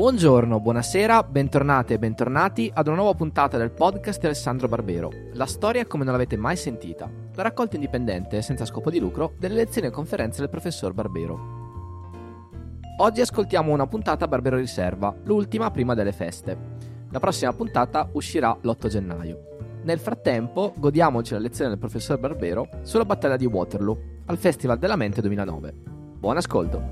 Buongiorno, buonasera, bentornate e bentornati ad una nuova puntata del podcast di Alessandro Barbero. La storia come non l'avete mai sentita. La raccolta indipendente e senza scopo di lucro delle lezioni e conferenze del professor Barbero. Oggi ascoltiamo una puntata Barbero Riserva, l'ultima prima delle feste. La prossima puntata uscirà l'8 gennaio. Nel frattempo, godiamoci la lezione del professor Barbero sulla battaglia di Waterloo, al Festival della Mente 2009. Buon ascolto!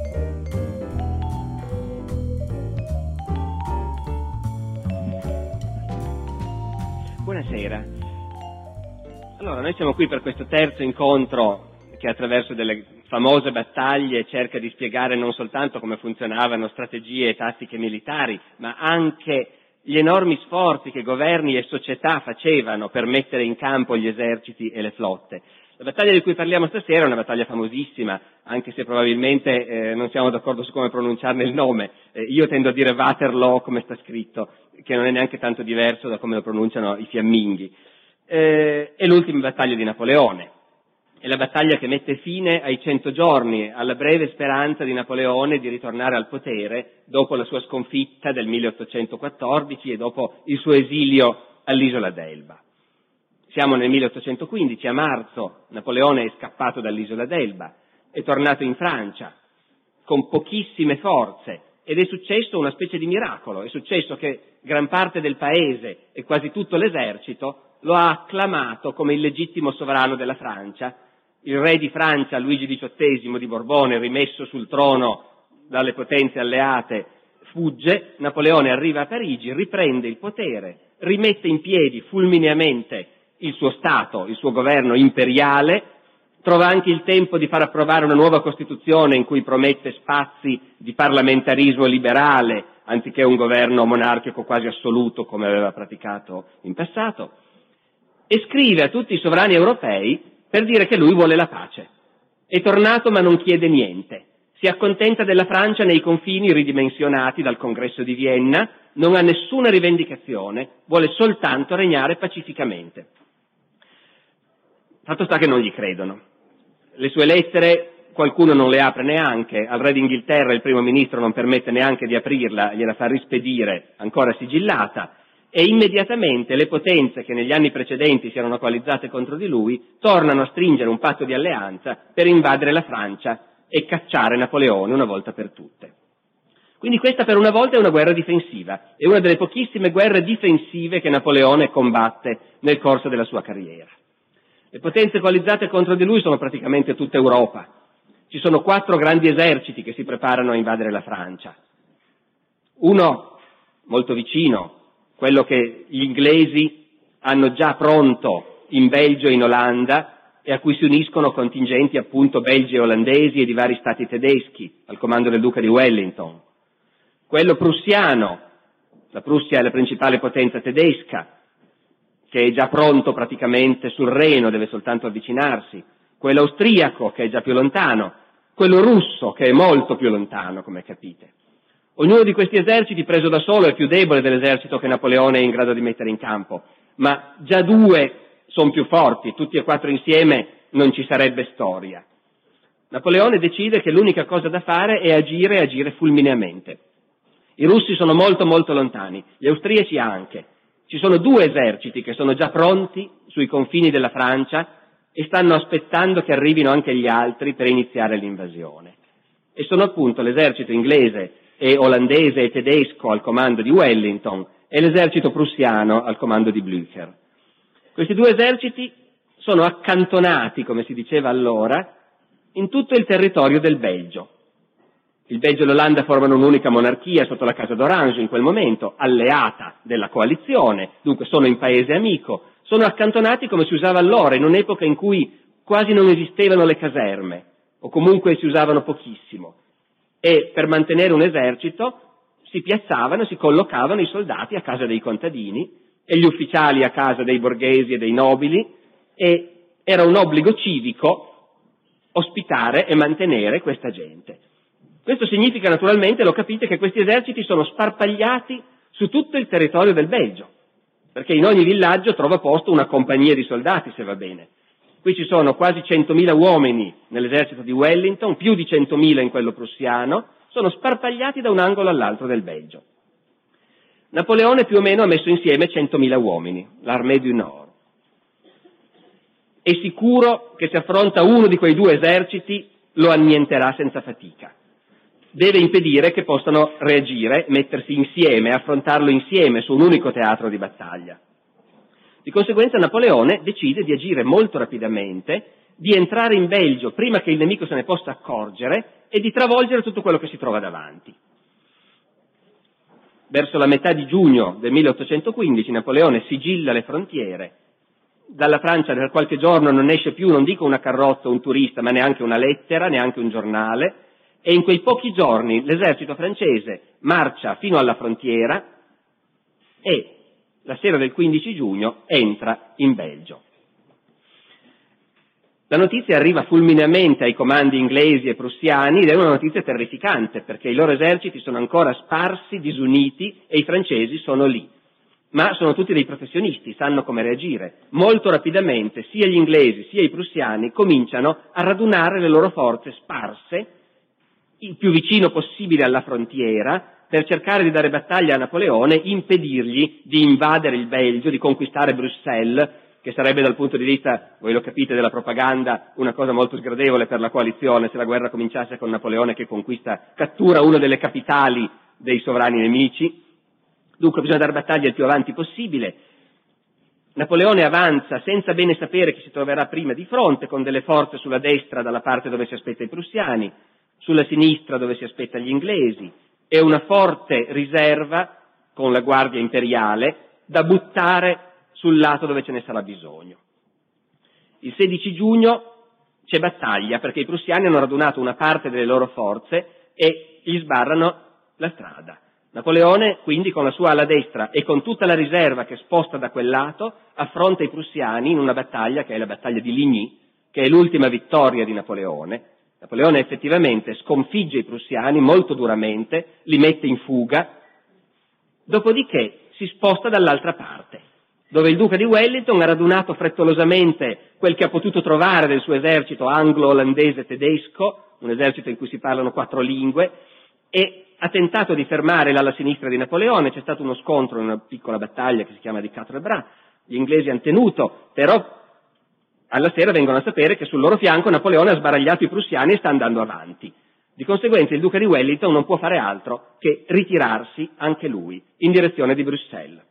Buonasera. Allora, noi siamo qui per questo terzo incontro che attraverso delle famose battaglie cerca di spiegare non soltanto come funzionavano strategie e tattiche militari, ma anche gli enormi sforzi che governi e società facevano per mettere in campo gli eserciti e le flotte. La battaglia di cui parliamo stasera è una battaglia famosissima, anche se probabilmente non siamo d'accordo su come pronunciarne il nome. Io tendo a dire Waterloo come sta scritto, che non è neanche tanto diverso da come lo pronunciano i fiamminghi. È l'ultima battaglia di Napoleone. È la battaglia che mette fine ai 100 giorni, alla breve speranza di Napoleone di ritornare al potere dopo la sua sconfitta del 1814 e dopo il suo esilio all'isola d'Elba. Siamo nel 1815, a marzo, Napoleone è scappato dall'isola d'Elba, è tornato in Francia con pochissime forze ed è successo una specie di miracolo. È successo che gran parte del paese e quasi tutto l'esercito lo ha acclamato come il legittimo sovrano della Francia. Il re di Francia, Luigi XVIII di Borbone, rimesso sul trono dalle potenze alleate, fugge. Napoleone arriva a Parigi, riprende il potere, rimette in piedi fulmineamente il suo Stato, il suo governo imperiale, trova anche il tempo di far approvare una nuova Costituzione in cui promette spazi di parlamentarismo liberale, anziché un governo monarchico quasi assoluto come aveva praticato in passato, e scrive a tutti i sovrani europei per dire che lui vuole la pace. È tornato ma non chiede niente. Si accontenta della Francia nei confini ridimensionati dal Congresso di Vienna, non ha nessuna rivendicazione, vuole soltanto regnare pacificamente. Fatto sta che non gli credono. Le sue lettere qualcuno non le apre neanche, al re d'Inghilterra il primo ministro non permette neanche di aprirla, gliela fa rispedire ancora sigillata, e immediatamente le potenze che negli anni precedenti si erano coalizzate contro di lui tornano a stringere un patto di alleanza per invadere la Francia e cacciare Napoleone una volta per tutte. Quindi questa per una volta è una guerra difensiva, è una delle pochissime guerre difensive che Napoleone combatte nel corso della sua carriera. Le potenze coalizzate contro di lui sono praticamente tutta Europa. Ci sono 4 grandi eserciti che si preparano a invadere la Francia. Uno molto vicino, quello che gli inglesi hanno già pronto in Belgio e in Olanda e a cui si uniscono contingenti appunto belgi e olandesi e di vari stati tedeschi al comando del duca di Wellington. Quello prussiano, la Prussia è la principale potenza tedesca, che è già pronto praticamente sul Reno, deve soltanto avvicinarsi, quello austriaco che è già più lontano, quello russo che è molto più lontano, come capite. Ognuno di questi eserciti preso da solo è più debole dell'esercito che Napoleone è in grado di mettere in campo, ma già 2 sono più forti, tutti e 4 insieme non ci sarebbe storia. Napoleone decide che l'unica cosa da fare è agire e agire fulmineamente. I russi sono molto molto lontani, gli austriaci anche. Ci sono 2 eserciti che sono già pronti sui confini della Francia e stanno aspettando che arrivino anche gli altri per iniziare l'invasione. E sono appunto l'esercito inglese e olandese e tedesco al comando di Wellington e l'esercito prussiano al comando di Blücher. Questi 2 eserciti sono accantonati, come si diceva allora, in tutto il territorio del Belgio. Il Belgio e l'Olanda formano un'unica monarchia sotto la Casa d'Orange in quel momento, alleata della coalizione, dunque sono in paese amico, sono accantonati come si usava allora, in un'epoca in cui quasi non esistevano le caserme, o comunque si usavano pochissimo, e per mantenere un esercito si piazzavano, si collocavano i soldati a casa dei contadini e gli ufficiali a casa dei borghesi e dei nobili, e era un obbligo civico ospitare e mantenere questa gente. Questo significa naturalmente, lo capite, che questi eserciti sono sparpagliati su tutto il territorio del Belgio, perché in ogni villaggio trova posto una compagnia di soldati, se va bene. Qui ci sono quasi 100.000 uomini nell'esercito di Wellington, più di 100.000 in quello prussiano, sono sparpagliati da un angolo all'altro del Belgio. Napoleone più o meno ha messo insieme 100.000 uomini, l'Armée du Nord. È sicuro che se affronta uno di quei due eserciti lo annienterà senza fatica. Deve impedire che possano reagire, mettersi insieme, affrontarlo insieme su un unico teatro di battaglia. Di conseguenza Napoleone decide di agire molto rapidamente, di entrare in Belgio prima che il nemico se ne possa accorgere e di travolgere tutto quello che si trova davanti. Verso la metà di giugno del 1815 Napoleone sigilla le frontiere. Dalla Francia per qualche giorno non esce più, non dico una carrozza o un turista, ma neanche una lettera, neanche un giornale, e in quei pochi giorni l'esercito francese marcia fino alla frontiera e la sera del 15 giugno entra in Belgio. La notizia arriva fulmineamente ai comandi inglesi e prussiani ed è una notizia terrificante perché i loro eserciti sono ancora sparsi, disuniti e i francesi sono lì. Ma sono tutti dei professionisti, sanno come reagire. Molto rapidamente sia gli inglesi sia i prussiani cominciano a radunare le loro forze sparse il più vicino possibile alla frontiera per cercare di dare battaglia a Napoleone, impedirgli di invadere il Belgio, di conquistare Bruxelles, che sarebbe dal punto di vista, voi lo capite, della propaganda, una cosa molto sgradevole per la coalizione se la guerra cominciasse con Napoleone che cattura una delle capitali dei sovrani nemici. Dunque bisogna dare battaglia il più avanti possibile. Napoleone avanza senza bene sapere chi si troverà prima di fronte, con delle forze sulla destra dalla parte dove si aspetta i prussiani, sulla sinistra dove si aspetta gli inglesi, e una forte riserva con la guardia imperiale da buttare sul lato dove ce ne sarà bisogno. Il 16 giugno c'è battaglia perché i prussiani hanno radunato una parte delle loro forze e gli sbarrano la strada. Napoleone, quindi, con la sua ala destra e con tutta la riserva che sposta da quel lato, affronta i prussiani in una battaglia che è la battaglia di Ligny, che è l'ultima vittoria di Napoleone. Napoleone effettivamente sconfigge i prussiani molto duramente, li mette in fuga, dopodiché si sposta dall'altra parte, dove il duca di Wellington ha radunato frettolosamente quel che ha potuto trovare del suo esercito anglo-olandese tedesco, un esercito in cui si parlano 4 lingue, e ha tentato di fermare l'ala sinistra di Napoleone. C'è stato uno scontro in una piccola battaglia che si chiama di Quatre Bras, gli inglesi hanno tenuto, però alla sera vengono a sapere che sul loro fianco Napoleone ha sbaragliato i prussiani e sta andando avanti. Di conseguenza il duca di Wellington non può fare altro che ritirarsi anche lui in direzione di Bruxelles.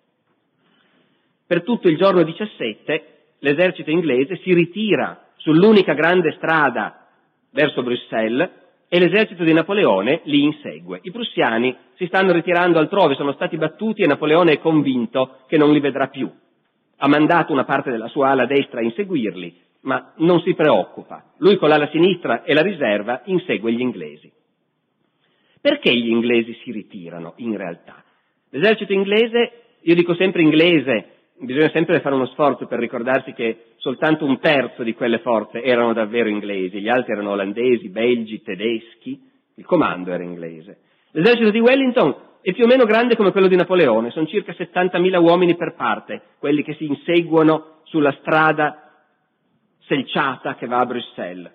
Per tutto il giorno 17 l'esercito inglese si ritira sull'unica grande strada verso Bruxelles e l'esercito di Napoleone li insegue. I prussiani si stanno ritirando altrove, sono stati battuti e Napoleone è convinto che non li vedrà più. Ha mandato una parte della sua ala destra a inseguirli, ma non si preoccupa. Lui con l'ala sinistra e la riserva insegue gli inglesi. Perché gli inglesi si ritirano in realtà? L'esercito inglese, io dico sempre inglese, bisogna sempre fare uno sforzo per ricordarsi che soltanto un terzo di quelle forze erano davvero inglesi, gli altri erano olandesi, belgi, tedeschi, il comando era inglese. L'esercito di Wellington è più o meno grande come quello di Napoleone, sono circa 70.000 uomini per parte, quelli che si inseguono sulla strada selciata che va a Bruxelles.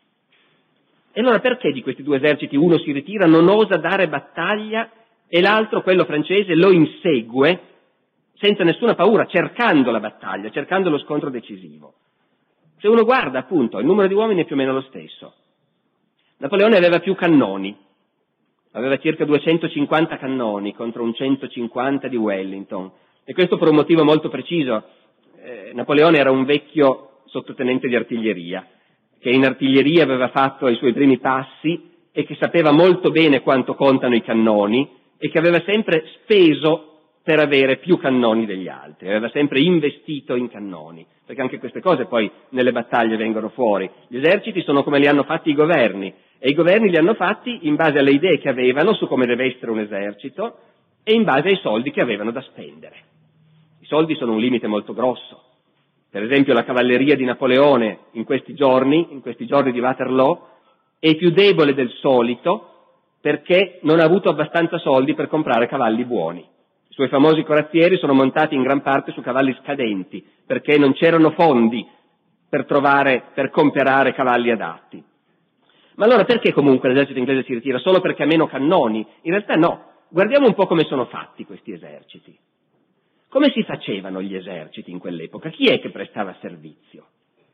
E allora perché di questi due eserciti uno si ritira, non osa dare battaglia e l'altro, quello francese, lo insegue senza nessuna paura, cercando la battaglia, cercando lo scontro decisivo? Se uno guarda, appunto, il numero di uomini è più o meno lo stesso. Napoleone aveva più cannoni, aveva circa 250 cannoni contro un 150 di Wellington, e questo per un motivo molto preciso. Napoleone era un vecchio sottotenente di artiglieria, che in artiglieria aveva fatto i suoi primi passi e che sapeva molto bene quanto contano i cannoni e che aveva sempre speso per avere più cannoni degli altri, aveva sempre investito in cannoni, perché anche queste cose poi nelle battaglie vengono fuori. Gli eserciti sono come li hanno fatti i governi, e i governi li hanno fatti in base alle idee che avevano su come deve essere un esercito e in base ai soldi che avevano da spendere. I soldi sono un limite molto grosso. Per esempio la cavalleria di Napoleone in questi giorni di Waterloo, è più debole del solito perché non ha avuto abbastanza soldi per comprare cavalli buoni. I suoi famosi corazzieri sono montati in gran parte su cavalli scadenti, perché non c'erano fondi per comprare cavalli adatti. Ma allora perché comunque l'esercito inglese si ritira? Solo perché ha meno cannoni? In realtà no. Guardiamo un po' come sono fatti questi eserciti. Come si facevano gli eserciti in quell'epoca? Chi è che prestava servizio?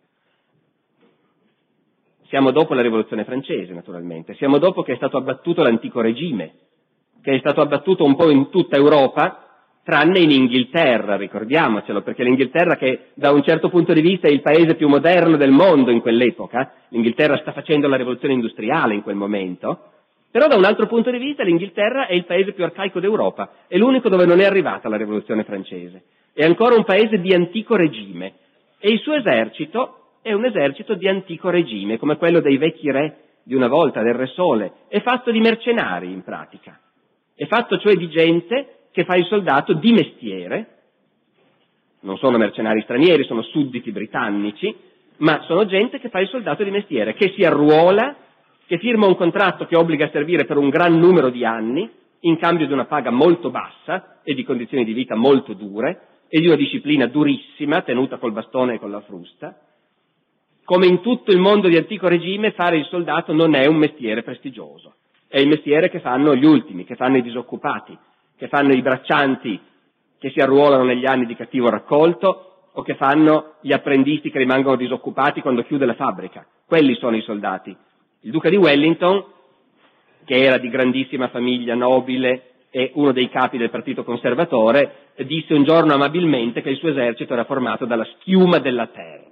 Siamo dopo la Rivoluzione francese, naturalmente. Siamo dopo che è stato abbattuto l'antico regime, che è stato abbattuto un po' in tutta Europa, tranne in Inghilterra, ricordiamocelo, perché l'Inghilterra, che da un certo punto di vista è il paese più moderno del mondo in quell'epoca, l'Inghilterra sta facendo la rivoluzione industriale in quel momento, però da un altro punto di vista l'Inghilterra è il paese più arcaico d'Europa, è l'unico dove non è arrivata la rivoluzione francese, è ancora un paese di antico regime e il suo esercito è un esercito di antico regime, come quello dei vecchi re di una volta, del Re Sole, è fatto di mercenari in pratica, è fatto cioè di gente che fa il soldato di mestiere, non sono mercenari stranieri, sono sudditi britannici, ma sono gente che fa il soldato di mestiere, che si arruola, che firma un contratto che obbliga a servire per un gran numero di anni, in cambio di una paga molto bassa e di condizioni di vita molto dure, e di una disciplina durissima, tenuta col bastone e con la frusta. Come in tutto il mondo di antico regime, fare il soldato non è un mestiere prestigioso, è il mestiere che fanno gli ultimi, che fanno i disoccupati, che fanno i braccianti che si arruolano negli anni di cattivo raccolto o che fanno gli apprendisti che rimangono disoccupati quando chiude la fabbrica. Quelli sono i soldati. Il duca di Wellington, che era di grandissima famiglia nobile e uno dei capi del partito conservatore, disse un giorno amabilmente che il suo esercito era formato dalla schiuma della terra.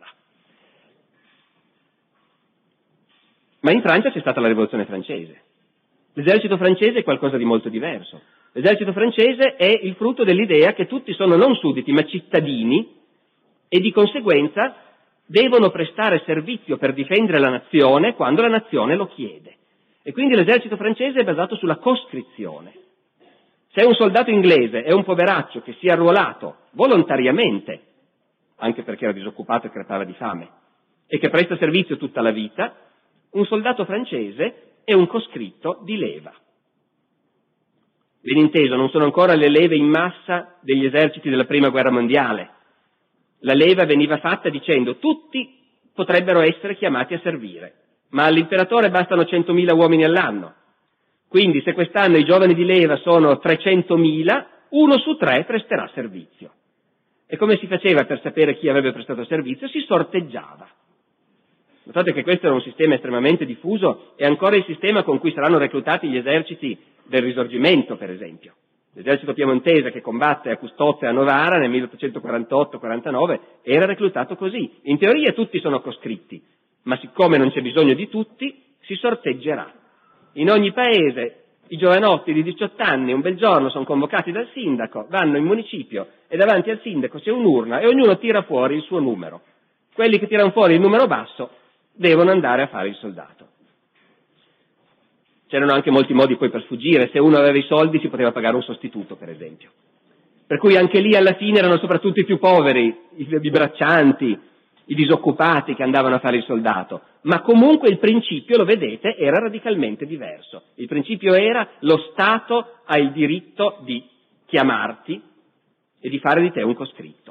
Ma in Francia c'è stata la rivoluzione francese. L'esercito francese è qualcosa di molto diverso. L'esercito francese è il frutto dell'idea che tutti sono non sudditi ma cittadini e di conseguenza devono prestare servizio per difendere la nazione quando la nazione lo chiede. E quindi l'esercito francese è basato sulla coscrizione. Se un soldato inglese è un poveraccio che si è arruolato volontariamente, anche perché era disoccupato e crepava di fame, e che presta servizio tutta la vita, un soldato francese è un coscritto di leva. Ben inteso, non sono ancora le leve in massa degli eserciti della Prima Guerra Mondiale. La leva veniva fatta dicendo tutti potrebbero essere chiamati a servire, ma all'imperatore bastano 100.000 uomini all'anno. Quindi se quest'anno i giovani di leva sono 300.000, 1 su 3 presterà servizio. E come si faceva per sapere chi avrebbe prestato servizio? Si sorteggiava. Notate che questo era un sistema estremamente diffuso e ancora il sistema con cui saranno reclutati gli eserciti del Risorgimento, per esempio. L'esercito piemontese che combatte a Custozza e a Novara nel 1848-49 era reclutato così. In teoria tutti sono coscritti, ma siccome non c'è bisogno di tutti, si sorteggerà. In ogni paese i giovanotti di 18 anni un bel giorno sono convocati dal sindaco, vanno in municipio e davanti al sindaco c'è un'urna e ognuno tira fuori il suo numero. Quelli che tirano fuori il numero basso devono andare a fare il soldato. C'erano anche molti modi poi per sfuggire, se uno aveva i soldi si poteva pagare un sostituto, per esempio. Per cui anche lì alla fine erano soprattutto i più poveri, i braccianti, i disoccupati che andavano a fare il soldato, ma comunque il principio, lo vedete, era radicalmente diverso. Il principio era lo Stato ha il diritto di chiamarti e di fare di te un coscritto.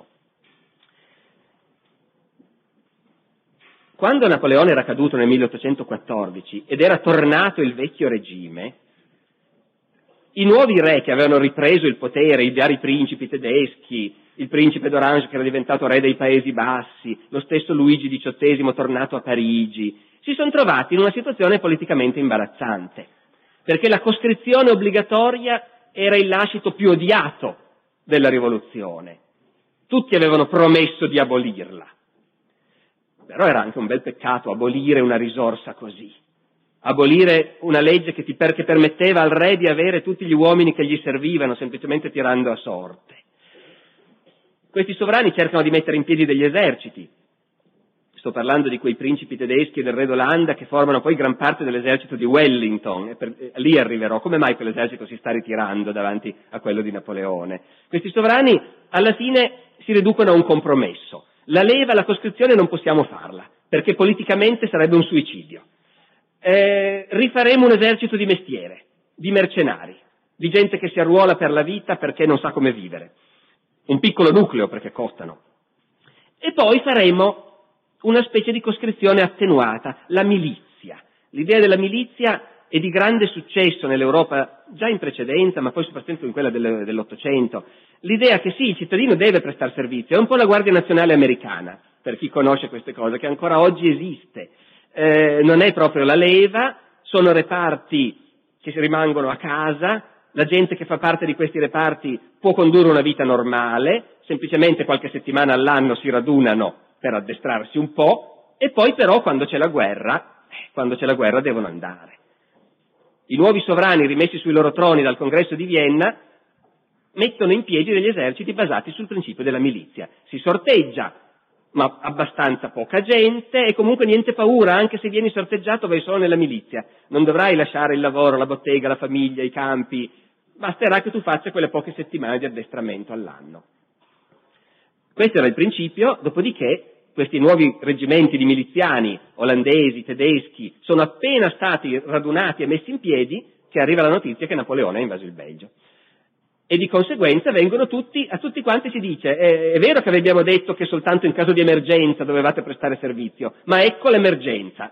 Quando Napoleone era caduto nel 1814 ed era tornato il vecchio regime, i nuovi re che avevano ripreso il potere, i vari principi tedeschi, il principe d'Orange che era diventato re dei Paesi Bassi, lo stesso Luigi XVIII tornato a Parigi, si sono trovati in una situazione politicamente imbarazzante, perché la coscrizione obbligatoria era il lascito più odiato della rivoluzione. Tutti avevano promesso di abolirla. Però era anche un bel peccato abolire una risorsa così, abolire una legge che permetteva al re di avere tutti gli uomini che gli servivano semplicemente tirando a sorte. Questi sovrani cercano di mettere in piedi degli eserciti. Sto parlando di quei principi tedeschi e del re d'Olanda che formano poi gran parte dell'esercito di Wellington, lì arriverò. Come mai quell'esercito si sta ritirando davanti a quello di Napoleone? Questi sovrani alla fine si riducono a un compromesso. La leva, la coscrizione non possiamo farla, perché politicamente sarebbe un suicidio. Rifaremo un esercito di mestiere, di mercenari, di gente che si arruola per la vita perché non sa come vivere. Un piccolo nucleo perché costano. E poi faremo una specie di coscrizione attenuata, la milizia. L'idea della milizia è di grande successo nell'Europa già in precedenza, ma poi soprattutto in quella dell'Ottocento. L'idea che sì, il cittadino deve prestare servizio, è un po' la Guardia Nazionale americana, per chi conosce queste cose, che ancora oggi esiste. Non è proprio la leva, sono reparti che si rimangono a casa, la gente che fa parte di questi reparti può condurre una vita normale, semplicemente qualche settimana all'anno si radunano per addestrarsi un po', e poi però quando c'è la guerra devono andare. I nuovi sovrani rimessi sui loro troni dal congresso di Vienna mettono in piedi degli eserciti basati sul principio della milizia. Si sorteggia, ma abbastanza poca gente e comunque niente paura, anche se vieni sorteggiato vai solo nella milizia. Non dovrai lasciare il lavoro, la bottega, la famiglia, i campi, basterà che tu faccia quelle poche settimane di addestramento all'anno. Questo era il principio, dopodiché questi nuovi reggimenti di miliziani, olandesi, tedeschi, sono appena stati radunati e messi in piedi che arriva la notizia che Napoleone ha invaso il Belgio. E di conseguenza a tutti quanti si dice, è vero che vi abbiamo detto che soltanto in caso di emergenza dovevate prestare servizio, ma ecco l'emergenza.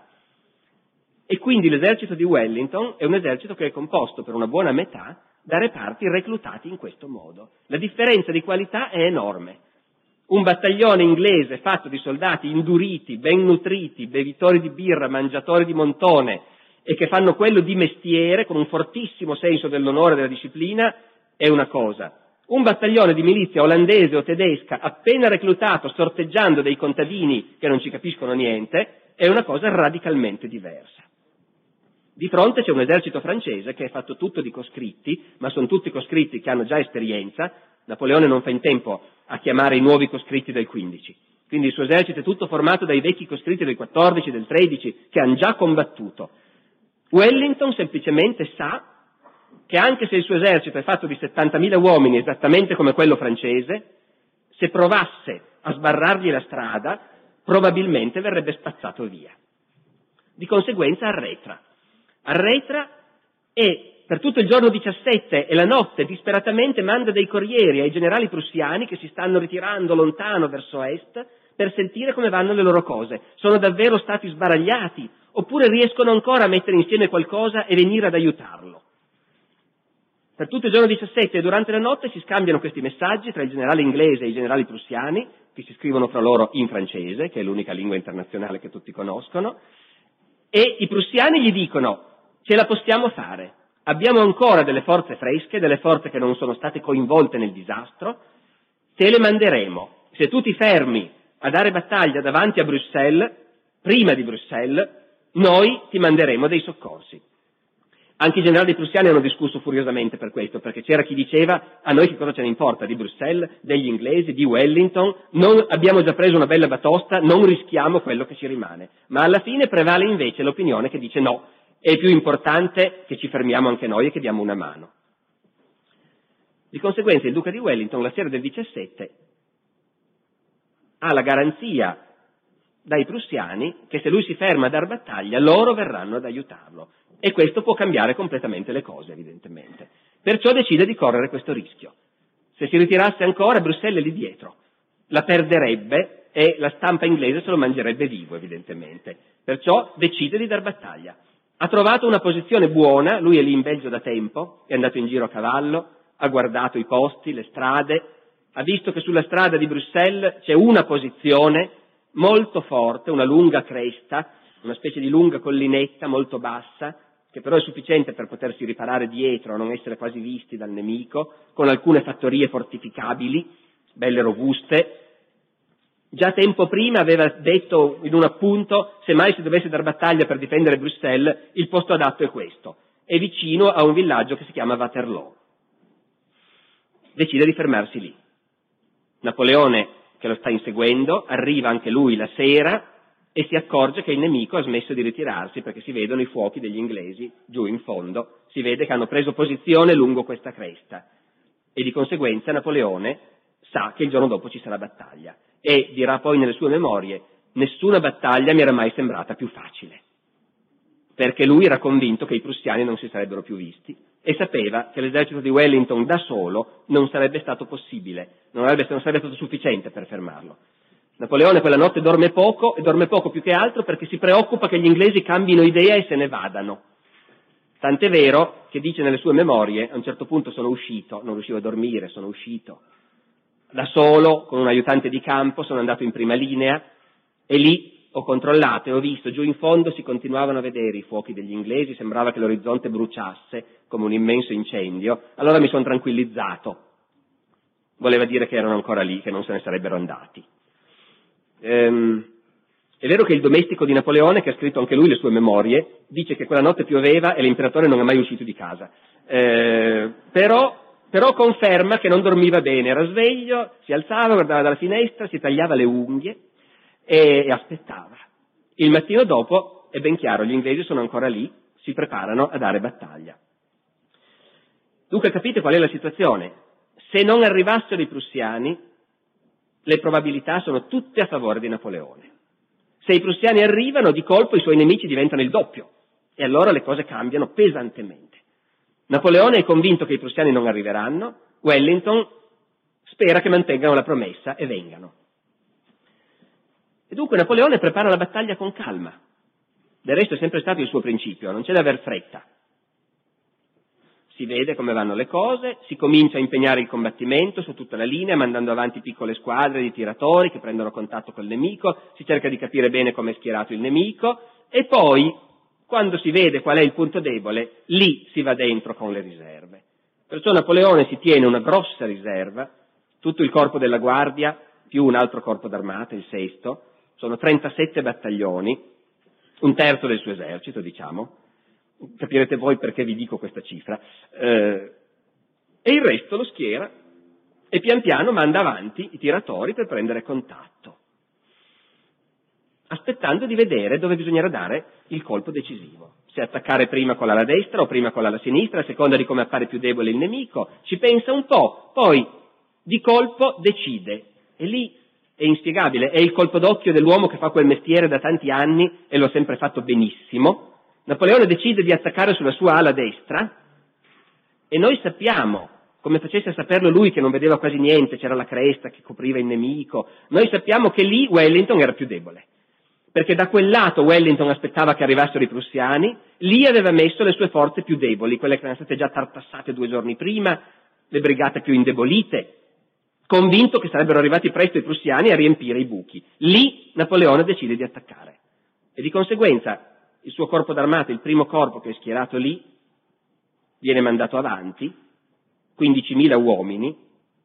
E quindi l'esercito di Wellington è un esercito che è composto per una buona metà da reparti reclutati in questo modo. La differenza di qualità è enorme. Un battaglione inglese fatto di soldati induriti, ben nutriti, bevitori di birra, mangiatori di montone e che fanno quello di mestiere con un fortissimo senso dell'onore e della disciplina è una cosa. Un battaglione di milizia olandese o tedesca appena reclutato sorteggiando dei contadini che non ci capiscono niente è una cosa radicalmente diversa. Di fronte c'è un esercito francese che è fatto tutto di coscritti, ma sono tutti coscritti che hanno già esperienza. Napoleone non fa in tempo a chiamare i nuovi coscritti del 15. Quindi il suo esercito è tutto formato dai vecchi coscritti del 14, del 13, che hanno già combattuto. Wellington semplicemente sa che anche se il suo esercito è fatto di 70.000 uomini, esattamente come quello francese, se provasse a sbarrargli la strada, probabilmente verrebbe spazzato via. Di conseguenza arretra e per tutto il giorno 17 e la notte disperatamente manda dei corrieri ai generali prussiani che si stanno ritirando lontano verso est per sentire come vanno le loro cose. Sono davvero stati sbaragliati oppure riescono ancora a mettere insieme qualcosa e venire ad aiutarlo? Per tutto il giorno 17 e durante la notte si scambiano questi messaggi tra il generale inglese e i generali prussiani, che si scrivono fra loro in francese, che è l'unica lingua internazionale che tutti conoscono, e i prussiani gli dicono: ce la possiamo fare, abbiamo ancora delle forze fresche, delle forze che non sono state coinvolte nel disastro, te le manderemo. Se tu ti fermi a dare battaglia davanti a Bruxelles, prima di Bruxelles, noi ti manderemo dei soccorsi. Anche i generali prussiani hanno discusso furiosamente per questo, perché c'era chi diceva: a noi che cosa ce ne importa di Bruxelles, degli inglesi, di Wellington, abbiamo già preso una bella batosta, non rischiamo quello che ci rimane. Ma alla fine prevale invece l'opinione che dice no, è più importante che ci fermiamo anche noi e che diamo una mano. Di conseguenza il duca di Wellington la sera del 17 ha la garanzia dai prussiani che se lui si ferma a dar battaglia loro verranno ad aiutarlo, e questo può cambiare completamente le cose, evidentemente. Perciò decide di correre questo rischio. Se si ritirasse ancora, Bruxelles è lì dietro, la perderebbe e la stampa inglese se lo mangerebbe vivo, evidentemente. Perciò decide di dar battaglia. Ha trovato una posizione buona, lui è lì in Belgio da tempo, è andato in giro a cavallo, ha guardato i posti, le strade, ha visto che sulla strada di Bruxelles c'è una posizione molto forte, una lunga cresta, una specie di lunga collinetta molto bassa, che però è sufficiente per potersi riparare dietro, a non essere quasi visti dal nemico, con alcune fattorie fortificabili, belle robuste. Già tempo prima aveva detto in un appunto: se mai si dovesse dar battaglia per difendere Bruxelles, il posto adatto è questo, è vicino a un villaggio che si chiama Waterloo. Decide di fermarsi lì. Napoleone, che lo sta inseguendo, arriva anche lui la sera e si accorge che il nemico ha smesso di ritirarsi, perché si vedono i fuochi degli inglesi giù in fondo, si vede che hanno preso posizione lungo questa cresta e di conseguenza Napoleone sa che il giorno dopo ci sarà battaglia e dirà poi nelle sue memorie: nessuna battaglia mi era mai sembrata più facile, perché lui era convinto che i prussiani non si sarebbero più visti e sapeva che l'esercito di Wellington da solo non sarebbe stato possibile, non sarebbe stato sufficiente per fermarlo. Napoleone quella notte dorme poco, e dorme poco più che altro perché si preoccupa che gli inglesi cambino idea e se ne vadano. Tant'è vero che dice nelle sue memorie: a un certo punto sono uscito, non riuscivo a dormire, sono uscito da solo, con un aiutante di campo, sono andato in prima linea e lì ho controllato e ho visto giù in fondo si continuavano a vedere i fuochi degli inglesi, sembrava che l'orizzonte bruciasse come un immenso incendio. Allora mi sono tranquillizzato, voleva dire che erano ancora lì, che non se ne sarebbero andati. È vero che il domestico di Napoleone, che ha scritto anche lui le sue memorie, dice che quella notte pioveva e l'imperatore non è mai uscito di casa, però conferma che non dormiva bene, era sveglio, si alzava, guardava dalla finestra, si tagliava le unghie e aspettava. Il mattino dopo è ben chiaro, gli inglesi sono ancora lì, si preparano a dare battaglia. Dunque capite qual è la situazione? Se non arrivassero i prussiani, le probabilità sono tutte a favore di Napoleone. Se i prussiani arrivano, di colpo i suoi nemici diventano il doppio e allora le cose cambiano pesantemente. Napoleone è convinto che i prussiani non arriveranno, Wellington spera che mantengano la promessa e vengano. E dunque Napoleone prepara la battaglia con calma. Del resto è sempre stato il suo principio, non c'è da aver fretta. Si vede come vanno le cose, si comincia a impegnare il combattimento su tutta la linea, mandando avanti piccole squadre di tiratori che prendono contatto col nemico, si cerca di capire bene come è schierato il nemico e poi, quando si vede qual è il punto debole, lì si va dentro con le riserve. Perciò Napoleone si tiene una grossa riserva, tutto il corpo della guardia più un altro corpo d'armata, il sesto, sono 37 battaglioni, un terzo del suo esercito, diciamo. Capirete voi perché vi dico questa cifra, e il resto lo schiera e pian piano manda avanti i tiratori per prendere contatto, aspettando di vedere dove bisognerà dare il colpo decisivo, se attaccare prima con l'ala destra o prima con l'ala sinistra, a seconda di come appare più debole il nemico. Ci pensa un po', poi di colpo decide, e lì è inspiegabile, è il colpo d'occhio dell'uomo che fa quel mestiere da tanti anni e lo ha sempre fatto benissimo. Napoleone decide di attaccare sulla sua ala destra e noi sappiamo, come facesse a saperlo lui che non vedeva quasi niente, c'era la cresta che copriva il nemico, noi sappiamo che lì Wellington era più debole, perché da quel lato Wellington aspettava che arrivassero i prussiani, lì aveva messo le sue forze più deboli, quelle che erano state già tartassate 2 giorni prima, le brigate più indebolite, convinto che sarebbero arrivati presto i prussiani a riempire i buchi. Lì Napoleone decide di attaccare e di conseguenza il suo corpo d'armata, il primo corpo che è schierato lì, viene mandato avanti, 15.000 uomini,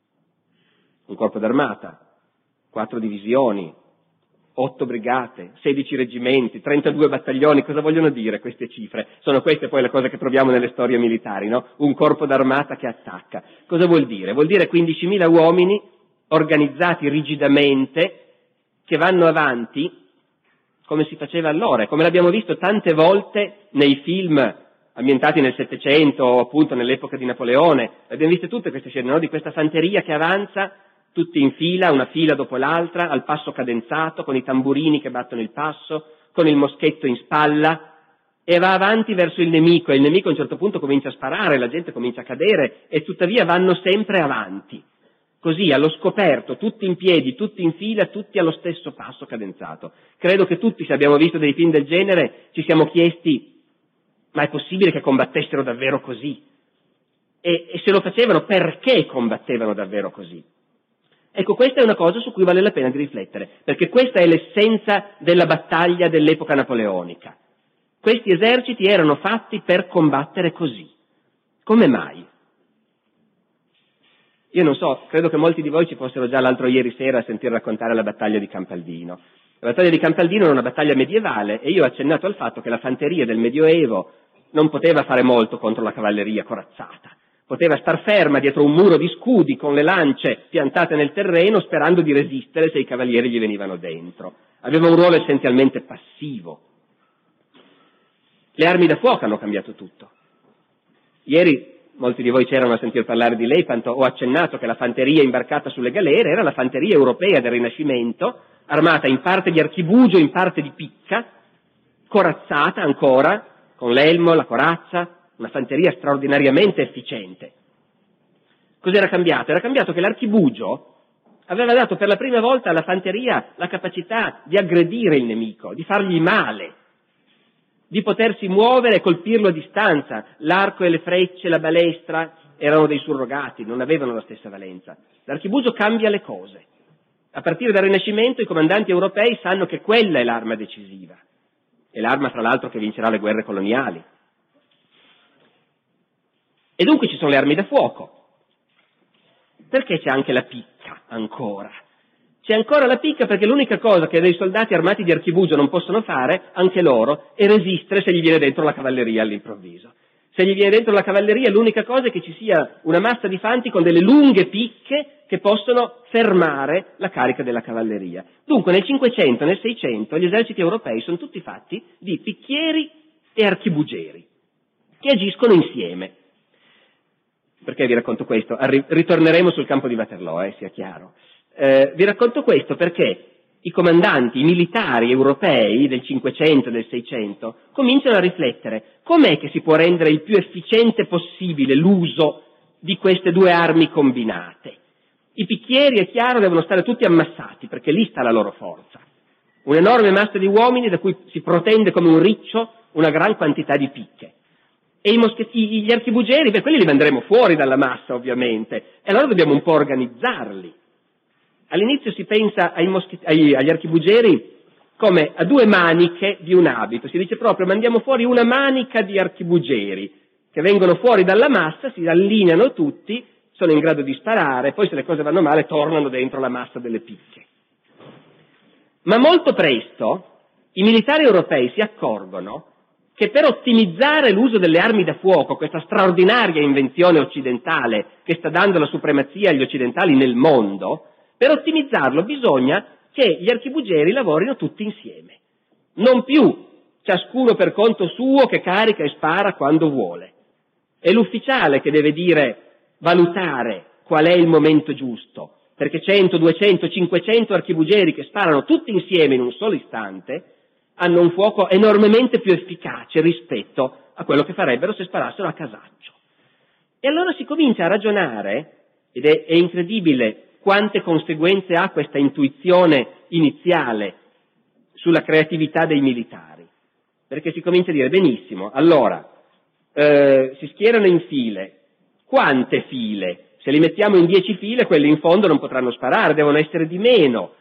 un corpo d'armata, 4 divisioni, 8 brigate, 16 reggimenti, 32 battaglioni. Cosa vogliono dire queste cifre? Sono queste poi le cose che troviamo nelle storie militari, no? Un corpo d'armata che attacca. Cosa vuol dire? Vuol dire 15.000 uomini organizzati rigidamente che vanno avanti come si faceva allora, come l'abbiamo visto tante volte nei film ambientati nel Settecento o appunto nell'epoca di Napoleone. Abbiamo visto tutte queste scene, no? Di questa fanteria che avanza tutti in fila, una fila dopo l'altra, al passo cadenzato, con i tamburini che battono il passo, con il moschetto in spalla, e va avanti verso il nemico, e il nemico a un certo punto comincia a sparare, la gente comincia a cadere, e tuttavia vanno sempre avanti. Così, allo scoperto, tutti in piedi, tutti in fila, tutti allo stesso passo cadenzato. Credo che tutti, se abbiamo visto dei film del genere, ci siamo chiesti: ma è possibile che combattessero davvero così? E se lo facevano, perché combattevano davvero così? Ecco, questa è una cosa su cui vale la pena di riflettere, perché questa è l'essenza della battaglia dell'epoca napoleonica. Questi eserciti erano fatti per combattere così. Come mai? Io non so, credo che molti di voi ci fossero già l'altro ieri sera a sentir raccontare la battaglia di Campaldino. La battaglia di Campaldino era una battaglia medievale e io ho accennato al fatto che la fanteria del Medioevo non poteva fare molto contro la cavalleria corazzata. Poteva star ferma dietro un muro di scudi con le lance piantate nel terreno sperando di resistere se i cavalieri gli venivano dentro. Aveva un ruolo essenzialmente passivo. Le armi da fuoco hanno cambiato tutto. Ieri molti di voi c'erano a sentir parlare di Lepanto, ho accennato che la fanteria imbarcata sulle galere era la fanteria europea del Rinascimento, armata in parte di archibugio, in parte di picca, corazzata ancora, con l'elmo, la corazza, una fanteria straordinariamente efficiente. Cos'era cambiato? Era cambiato che l'archibugio aveva dato per la prima volta alla fanteria la capacità di aggredire il nemico, di fargli male, di potersi muovere e colpirlo a distanza. L'arco e le frecce, la balestra erano dei surrogati, non avevano la stessa valenza. L'archibugio cambia le cose. A partire dal Rinascimento i comandanti europei sanno che quella è l'arma decisiva. È l'arma, fra l'altro, che vincerà le guerre coloniali. E dunque ci sono le armi da fuoco. Perché c'è anche la picca ancora? C'è ancora la picca perché l'unica cosa che dei soldati armati di archibugio non possono fare, anche loro, è resistere se gli viene dentro la cavalleria all'improvviso. Se gli viene dentro la cavalleria, l'unica cosa è che ci sia una massa di fanti con delle lunghe picche che possono fermare la carica della cavalleria. Dunque nel 500 e nel 600 gli eserciti europei sono tutti fatti di picchieri e archibugeri che agiscono insieme. Perché vi racconto questo? Ritorneremo sul campo di Waterloo, sia chiaro. Vi racconto questo perché i comandanti, i militari europei del 500 e del 600 cominciano a riflettere com'è che si può rendere il più efficiente possibile l'uso di queste due armi combinate. I picchieri, è chiaro, devono stare tutti ammassati perché lì sta la loro forza. Un'enorme massa di uomini da cui si protende come un riccio una gran quantità di picche. E gli archibugeri, quelli li manderemo fuori dalla massa ovviamente, e allora dobbiamo un po' organizzarli. All'inizio si pensa agli archibugeri come a due maniche di un abito, si dice proprio mandiamo fuori una manica di archibugeri che vengono fuori dalla massa, si allineano tutti, sono in grado di sparare, poi se le cose vanno male tornano dentro la massa delle picche. Ma molto presto i militari europei si accorgono che per ottimizzare l'uso delle armi da fuoco, questa straordinaria invenzione occidentale che sta dando la supremazia agli occidentali nel mondo, per ottimizzarlo bisogna che gli archibugeri lavorino tutti insieme. Non più ciascuno per conto suo che carica e spara quando vuole. È l'ufficiale che deve valutare qual è il momento giusto, perché 100, 200, 500 archibugeri che sparano tutti insieme in un solo istante hanno un fuoco enormemente più efficace rispetto a quello che farebbero se sparassero a casaccio. E allora si comincia a ragionare, ed è incredibile quante conseguenze ha questa intuizione iniziale sulla creatività dei militari, perché si comincia a dire, benissimo, allora, si schierano in file, quante file? Se li mettiamo in 10 file, quelli in fondo non potranno sparare, devono essere di meno.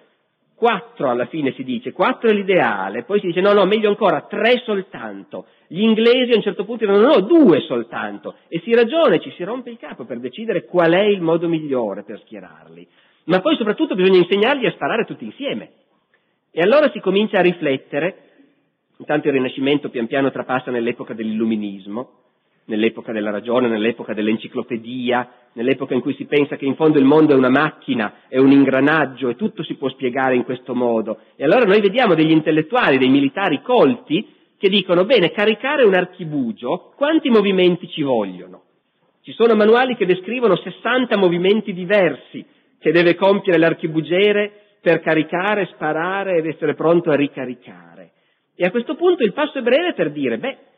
4 alla fine si dice, 4 è l'ideale, poi si dice no, meglio ancora, 3 soltanto. Gli inglesi a un certo punto dicono no, 2 soltanto, e si ragiona e ci si rompe il capo per decidere qual è il modo migliore per schierarli. Ma poi soprattutto bisogna insegnargli a sparare tutti insieme. E allora si comincia a riflettere, intanto il Rinascimento pian piano trapassa nell'epoca dell'illuminismo, nell'epoca della ragione, nell'epoca dell'enciclopedia, nell'epoca in cui si pensa che in fondo il mondo è una macchina, è un ingranaggio e tutto si può spiegare in questo modo. E allora noi vediamo degli intellettuali, dei militari colti che dicono, bene, caricare un archibugio, quanti movimenti ci vogliono? Ci sono manuali che descrivono 60 movimenti diversi che deve compiere l'archibugere per caricare, sparare ed essere pronto a ricaricare. E a questo punto il passo è breve per dire,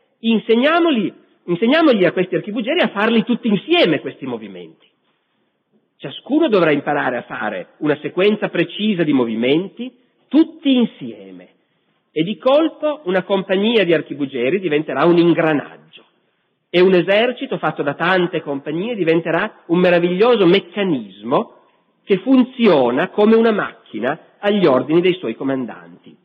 insegniamogli a questi archibugeri a farli tutti insieme questi movimenti. Ciascuno dovrà imparare a fare una sequenza precisa di movimenti, tutti insieme. E di colpo una compagnia di archibugeri diventerà un ingranaggio. E un esercito fatto da tante compagnie diventerà un meraviglioso meccanismo che funziona come una macchina agli ordini dei suoi comandanti.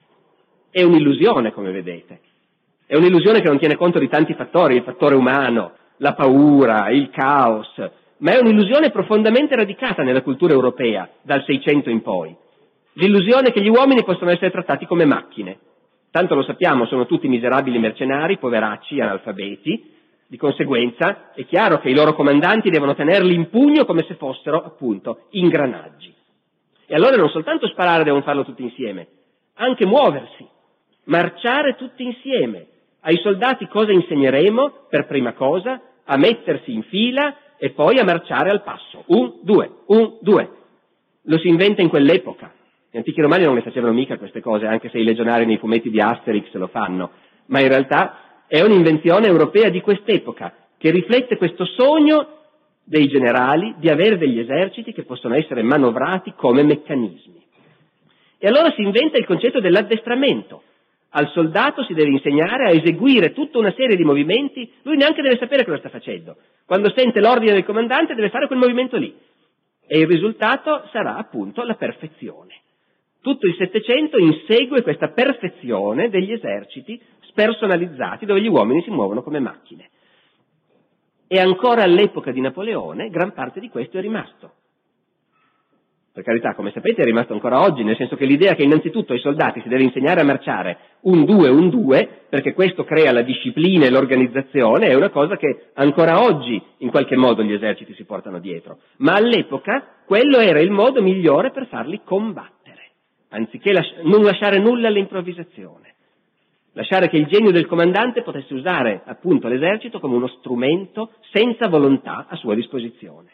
È un'illusione, come vedete. È un'illusione che non tiene conto di tanti fattori, il fattore umano, la paura, il caos, ma è un'illusione profondamente radicata nella cultura europea, dal 600 in poi. L'illusione che gli uomini possono essere trattati come macchine. Tanto lo sappiamo, sono tutti miserabili mercenari, poveracci, analfabeti. Di conseguenza è chiaro che i loro comandanti devono tenerli in pugno come se fossero, appunto, ingranaggi. E allora non soltanto sparare devono farlo tutti insieme, anche muoversi, marciare tutti insieme. Ai soldati cosa insegneremo per prima cosa? A mettersi in fila e poi a marciare al passo. 1, 2, 1, 2. Lo si inventa in quell'epoca. Gli antichi romani non le facevano mica queste cose, anche se i legionari nei fumetti di Asterix lo fanno. Ma in realtà è un'invenzione europea di quest'epoca, che riflette questo sogno dei generali di avere degli eserciti che possono essere manovrati come meccanismi. E allora si inventa il concetto dell'addestramento. Al soldato si deve insegnare a eseguire tutta una serie di movimenti, lui neanche deve sapere cosa sta facendo. Quando sente l'ordine del comandante deve fare quel movimento lì. E il risultato sarà appunto la perfezione. Tutto il Settecento insegue questa perfezione degli eserciti spersonalizzati, dove gli uomini si muovono come macchine. E ancora all'epoca di Napoleone gran parte di questo è rimasto. Per carità, come sapete, è rimasto ancora oggi, nel senso che l'idea che innanzitutto ai soldati si deve insegnare a marciare un due, perché questo crea la disciplina e l'organizzazione, è una cosa che ancora oggi in qualche modo gli eserciti si portano dietro. Ma all'epoca quello era il modo migliore per farli combattere, anziché non lasciare nulla all'improvvisazione. Lasciare che il genio del comandante potesse usare appunto l'esercito come uno strumento senza volontà a sua disposizione.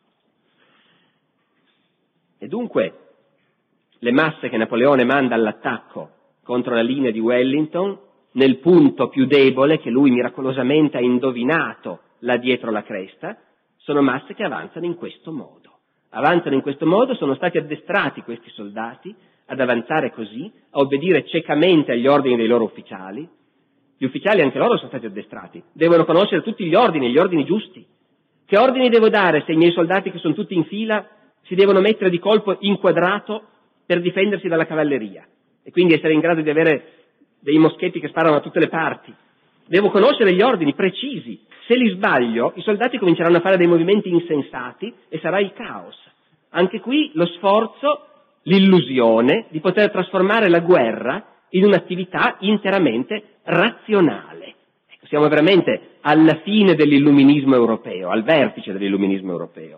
E dunque le masse che Napoleone manda all'attacco contro la linea di Wellington, nel punto più debole che lui miracolosamente ha indovinato là dietro la cresta, sono masse che avanzano in questo modo. Avanzano in questo modo, sono stati addestrati questi soldati ad avanzare così, a obbedire ciecamente agli ordini dei loro ufficiali. Gli ufficiali anche loro sono stati addestrati, devono conoscere tutti gli ordini giusti. Che ordini devo dare se i miei soldati che sono tutti in fila si devono mettere di colpo inquadrato per difendersi dalla cavalleria e quindi essere in grado di avere dei moschetti che sparano da tutte le parti? Devo conoscere gli ordini precisi. Se li sbaglio, i soldati cominceranno a fare dei movimenti insensati e sarà il caos. Anche qui lo sforzo, l'illusione di poter trasformare la guerra in un'attività interamente razionale. Ecco, siamo veramente alla fine dell'illuminismo europeo, al vertice dell'illuminismo europeo.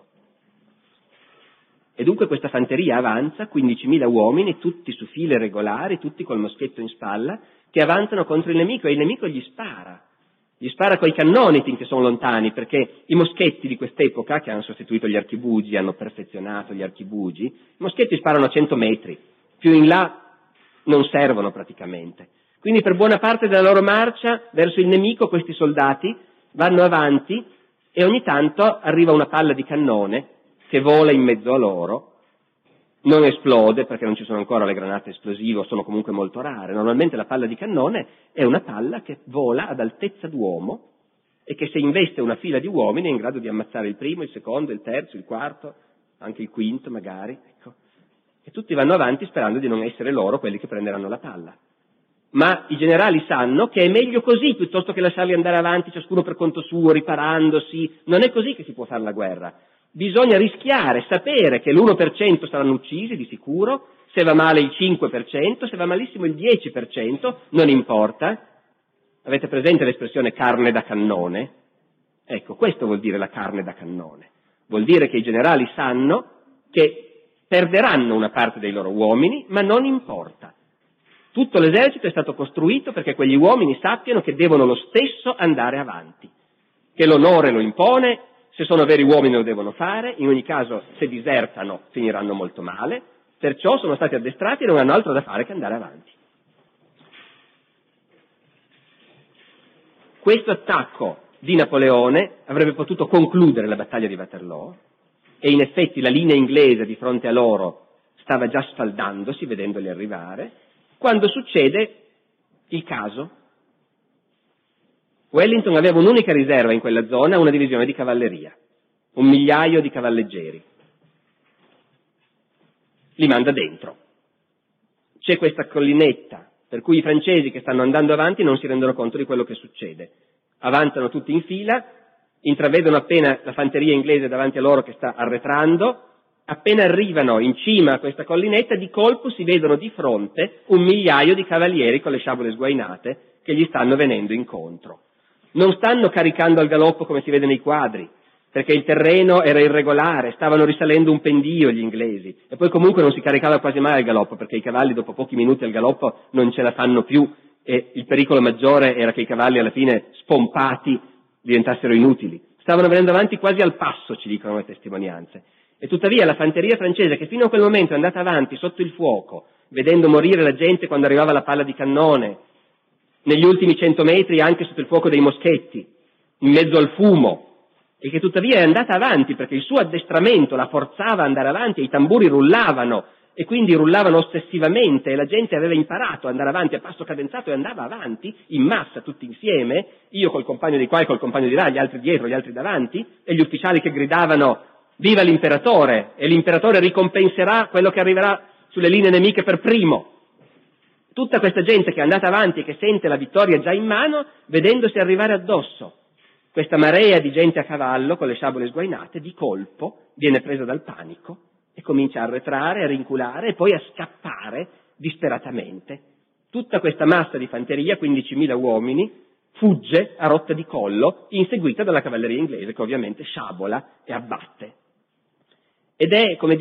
E dunque questa fanteria avanza, 15.000 uomini, tutti su file regolari, tutti col moschetto in spalla, che avanzano contro il nemico e il nemico gli spara coi cannoni finché sono lontani, perché i moschetti di quest'epoca, che hanno sostituito gli archibugi, hanno perfezionato gli archibugi, i moschetti sparano a 100 metri, più in là non servono praticamente. Quindi per buona parte della loro marcia verso il nemico questi soldati vanno avanti e ogni tanto arriva una palla di cannone che vola in mezzo a loro, non esplode perché non ci sono ancora le granate esplosive o sono comunque molto rare. Normalmente la palla di cannone è una palla che vola ad altezza d'uomo e che se investe una fila di uomini è in grado di ammazzare il primo, il secondo, il terzo, il quarto, anche il quinto magari. Ecco. E tutti vanno avanti sperando di non essere loro quelli che prenderanno la palla. Ma i sanno che è meglio così piuttosto che lasciarli andare avanti ciascuno per conto suo, riparandosi. Non è così che si può fare la guerra. Bisogna rischiare, sapere che l'1% saranno uccisi di sicuro, se va male il 5%, se va malissimo il 10%, non importa. Avete presente l'espressione carne da cannone? Ecco, questo vuol dire la carne da cannone. Vuol dire che i generali sanno che perderanno una parte dei loro uomini, ma non importa. Tutto l'esercito è stato costruito perché quegli uomini sappiano che devono lo stesso andare avanti, che l'onore lo impone. Se sono veri uomini lo devono fare, in ogni caso se disertano finiranno molto male, perciò sono stati addestrati e non hanno altro da fare che andare avanti. Questo attacco di Napoleone avrebbe potuto concludere la battaglia di Waterloo e in effetti la linea inglese di fronte a loro stava già sfaldandosi vedendoli arrivare, quando succede il caso. Wellington aveva un'unica riserva in quella zona, una divisione di cavalleria, 1.000.000 di cavalleggeri. Li manda dentro. C'è questa collinetta, per cui i francesi che stanno andando avanti non si rendono conto di quello che succede. Avanzano tutti in fila, intravedono appena la fanteria inglese davanti a loro che sta arretrando, appena arrivano in cima a questa collinetta, di colpo si vedono di fronte 1.000.000 di cavalieri con le sciabole sguainate che gli stanno venendo incontro. Non stanno caricando al galoppo come si vede nei quadri, perché il terreno era irregolare, stavano risalendo un pendio gli inglesi, e poi comunque non si caricava quasi mai al galoppo, perché i cavalli dopo pochi minuti al galoppo non ce la fanno più, e il pericolo maggiore era che i cavalli alla fine, spompati, diventassero inutili. Stavano venendo avanti quasi al passo, ci dicono le testimonianze. E tuttavia la fanteria francese, che fino a quel momento è andata avanti sotto il fuoco, vedendo morire la gente quando arrivava la palla di cannone, negli ultimi 100 metri anche sotto il fuoco dei moschetti, in mezzo al fumo, e che tuttavia è andata avanti perché il suo addestramento la forzava ad andare avanti e i tamburi rullavano e quindi rullavano ossessivamente e la gente aveva imparato ad andare avanti a passo cadenzato e andava avanti in massa tutti insieme, io col compagno di qua e col compagno di là, gli altri dietro, gli altri davanti, e gli ufficiali che gridavano viva l'imperatore e l'imperatore ricompenserà quello che arriverà sulle linee nemiche per primo. Tutta questa gente che è andata avanti e che sente la vittoria già in mano vedendosi arrivare addosso. Questa marea di gente a cavallo con le sciabole sguainate di colpo viene presa dal panico e comincia a arretrare, a rinculare e poi a scappare disperatamente. Tutta questa massa di fanteria, 15.000 uomini, fugge a rotta di collo, inseguita dalla cavalleria inglese che ovviamente sciabola e abbatte. Ed è, come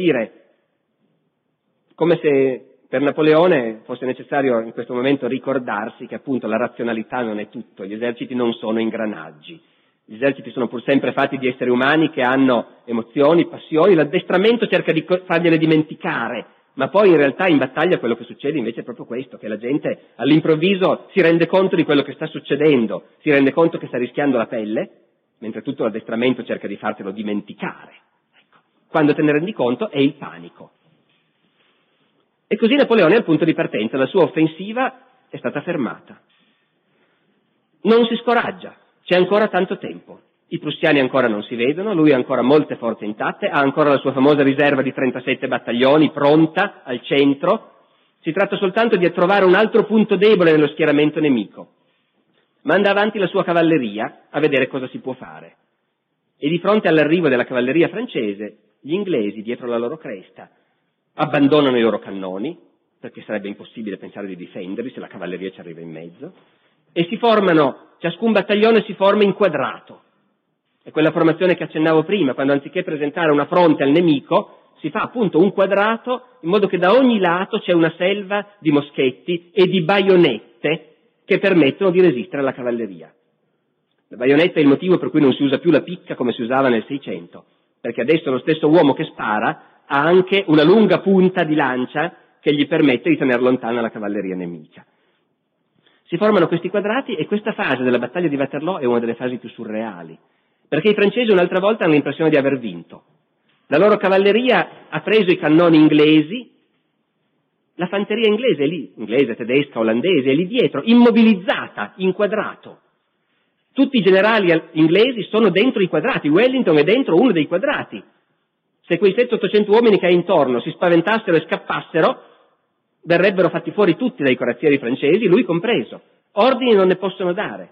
se per Napoleone fosse necessario in questo momento ricordarsi che appunto la razionalità non è tutto, gli eserciti non sono ingranaggi. Gli eserciti sono pur sempre fatti di esseri umani che hanno emozioni, passioni, l'addestramento cerca di fargliele dimenticare, ma poi in realtà in battaglia quello che succede invece è proprio questo, che la gente all'improvviso si rende conto di quello che sta succedendo, si rende conto che sta rischiando la pelle, mentre tutto l'addestramento cerca di fartelo dimenticare. Ecco. Quando te ne rendi conto è il panico. E così Napoleone è al punto di partenza, la sua offensiva è stata fermata. Non si scoraggia. C'è ancora tanto tempo, i prussiani ancora non si vedono, lui ha ancora molte forze intatte, ha ancora la sua famosa riserva di 37 battaglioni pronta al centro, si tratta soltanto di trovare un altro punto debole nello schieramento nemico. Manda avanti la sua cavalleria a vedere cosa si può fare. E di fronte all'arrivo della cavalleria francese, gli inglesi, dietro la loro cresta, abbandonano i loro cannoni, perché sarebbe impossibile pensare di difenderli se la cavalleria ci arriva in mezzo, e si formano, ciascun battaglione si forma inquadrato. È quella formazione che accennavo prima, quando anziché presentare una fronte al nemico, si fa appunto un quadrato in modo che da ogni lato c'è una selva di moschetti e di baionette che permettono di resistere alla cavalleria. La baionetta è il motivo per cui non si usa più la picca come si usava nel 600, perché adesso lo stesso uomo che spara ha anche una lunga punta di lancia che gli permette di tenere lontana la cavalleria nemica. Si formano questi quadrati e questa fase della battaglia di Waterloo è una delle fasi più surreali, perché i francesi un'altra volta hanno l'impressione di aver vinto. La loro cavalleria ha preso i cannoni inglesi, la fanteria inglese è lì, inglese, tedesca, olandese, è lì dietro, immobilizzata, inquadrato. Tutti i generali inglesi sono dentro i quadrati, Wellington è dentro uno dei quadrati. Se quei 700-800 uomini che ha intorno si spaventassero e scappassero, verrebbero fatti fuori tutti dai corazzieri francesi, lui compreso. Ordini non ne possono dare.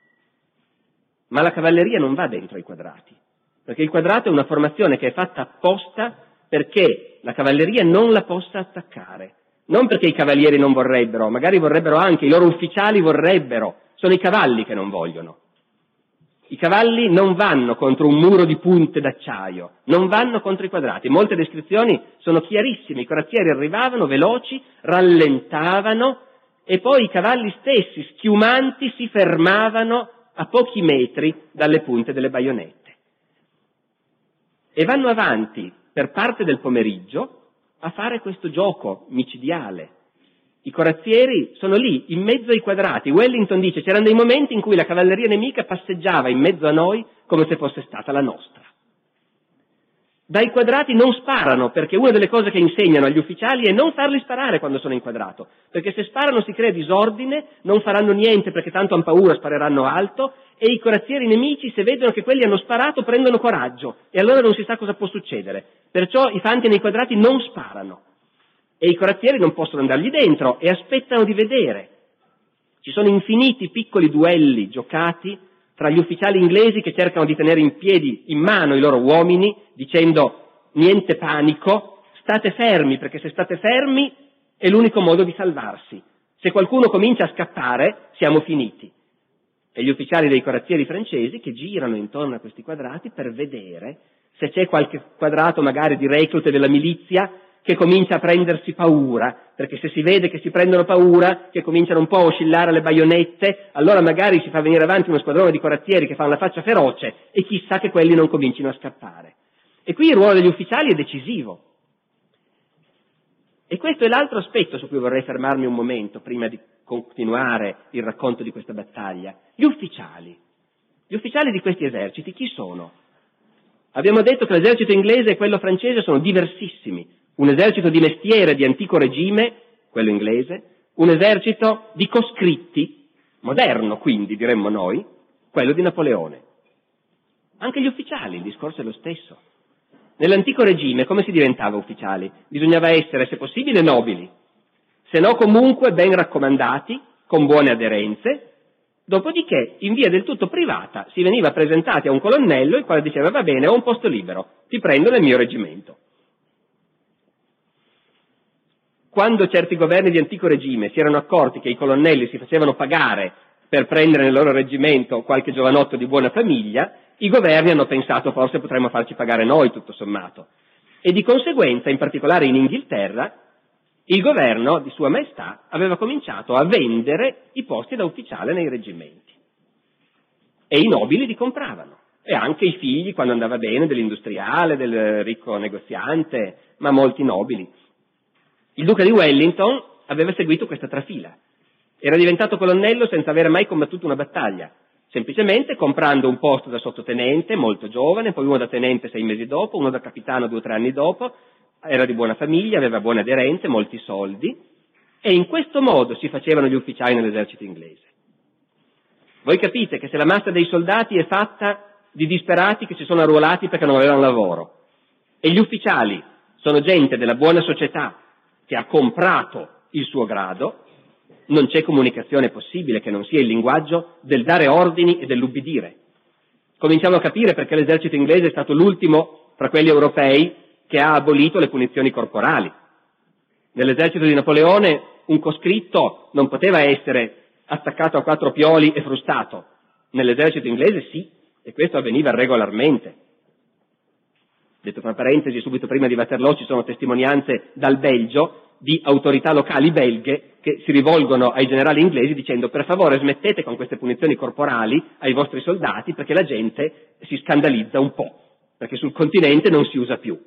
Ma la cavalleria non va dentro i quadrati, perché il quadrato è una formazione che è fatta apposta perché la cavalleria non la possa attaccare. Non perché i cavalieri non vorrebbero, magari vorrebbero anche, i loro ufficiali vorrebbero, sono i cavalli che non vogliono. I cavalli non vanno contro un muro di punte d'acciaio, non vanno contro i quadrati. Molte descrizioni sono chiarissime, i corazzieri arrivavano veloci, rallentavano e poi i cavalli stessi, schiumanti, si fermavano a pochi metri dalle punte delle baionette. E vanno avanti per parte del pomeriggio a fare questo gioco micidiale. I corazzieri sono lì, in mezzo ai quadrati. Wellington dice, c'erano dei momenti in cui la cavalleria nemica passeggiava in mezzo a noi come se fosse stata la nostra. Dai quadrati non sparano, perché una delle cose che insegnano agli ufficiali è non farli sparare quando sono in quadrato, perché se sparano si crea disordine, non faranno niente perché tanto hanno paura, spareranno alto, e i corazzieri nemici, se vedono che quelli hanno sparato, prendono coraggio, e allora non si sa cosa può succedere. Perciò i fanti nei quadrati non sparano. E i corazzieri non possono andargli dentro e aspettano di vedere. Ci sono infiniti piccoli duelli giocati tra gli ufficiali inglesi che cercano di tenere in piedi, in mano i loro uomini, dicendo niente panico, state fermi, perché se state fermi è l'unico modo di salvarsi. Se qualcuno comincia a scappare, siamo finiti. E gli ufficiali dei corazzieri francesi che girano intorno a questi quadrati per vedere se c'è qualche quadrato magari di reclute della milizia che comincia a prendersi paura, perché se si vede che si prendono paura, che cominciano un po' a oscillare le baionette, allora magari si fa venire avanti uno squadrone di corazzieri che fanno la faccia feroce e chissà che quelli non comincino a scappare. E qui il ruolo degli ufficiali è decisivo. E questo è l'altro aspetto su cui vorrei fermarmi un momento prima di continuare il racconto di questa battaglia. Gli ufficiali di questi eserciti chi sono? Abbiamo detto che l'esercito inglese e quello francese sono diversissimi. Un esercito di mestiere di antico regime, quello inglese, un esercito di coscritti, moderno quindi diremmo noi, quello di Napoleone. Anche gli ufficiali, il discorso è lo stesso. Nell'antico regime come si diventava ufficiali? Bisognava essere, se possibile, nobili, se no comunque ben raccomandati, con buone aderenze. Dopodiché, in via del tutto privata, si veniva presentati a un colonnello, il quale diceva: va bene, ho un posto libero, ti prendo nel mio reggimento. Quando certi governi di antico regime si erano accorti che i colonnelli si facevano pagare per prendere nel loro reggimento qualche giovanotto di buona famiglia, i governi hanno pensato: forse potremmo farci pagare noi, tutto sommato. E di conseguenza, in particolare in Inghilterra, il governo di Sua Maestà aveva cominciato a vendere i posti da ufficiale nei reggimenti. E i nobili li compravano. E anche i figli, quando andava bene, dell'industriale, del ricco negoziante, ma molti nobili. Il duca di Wellington aveva seguito questa trafila. Era diventato colonnello senza aver mai combattuto una battaglia, semplicemente comprando un posto da sottotenente molto giovane, poi uno da tenente 6 mesi dopo, uno da capitano 2 o 3 anni dopo. Era di buona famiglia, aveva buone aderenze, molti soldi, e in questo modo si facevano gli ufficiali nell'esercito inglese. Voi capite che se la massa dei soldati è fatta di disperati che si sono arruolati perché non avevano lavoro, e gli ufficiali sono gente della buona società che ha comprato il suo grado, non c'è comunicazione possibile che non sia il linguaggio del dare ordini e dell'ubbidire. Cominciamo a capire perché l'esercito inglese è stato l'ultimo fra quelli europei che ha abolito le punizioni corporali. Nell'esercito di Napoleone un coscritto non poteva essere attaccato a 4 pioli e frustato. Nell'esercito inglese sì, e questo avveniva regolarmente. Detto tra parentesi, subito prima di Waterloo ci sono testimonianze dal Belgio di autorità locali belghe che si rivolgono ai generali inglesi dicendo: per favore smettete con queste punizioni corporali ai vostri soldati perché la gente si scandalizza un po', perché sul continente non si usa più.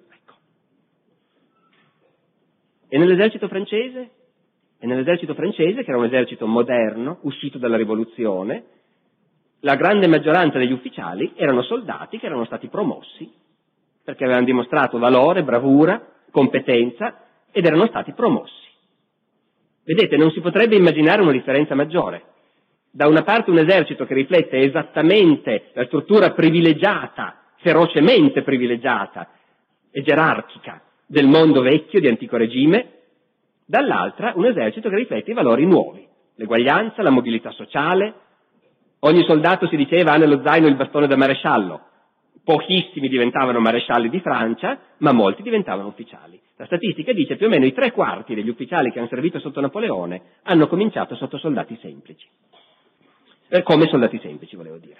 E nell'esercito francese? E nell'esercito francese, che era un esercito moderno, uscito dalla rivoluzione, la grande maggioranza degli ufficiali erano soldati che erano stati promossi perché avevano dimostrato valore, bravura, competenza ed erano stati promossi. Vedete, non si potrebbe immaginare una differenza maggiore. Da una parte un esercito che riflette esattamente la struttura privilegiata, ferocemente privilegiata e gerarchica del mondo vecchio di antico regime, dall'altra un esercito che riflette i valori nuovi, l'eguaglianza, la mobilità sociale. Ogni soldato, si diceva, ha nello zaino il bastone da maresciallo. Pochissimi diventavano marescialli di Francia, ma molti diventavano ufficiali. La statistica dice più o meno i 3/4 degli ufficiali che hanno servito sotto Napoleone hanno cominciato sotto soldati semplici. Come soldati semplici, volevo dire.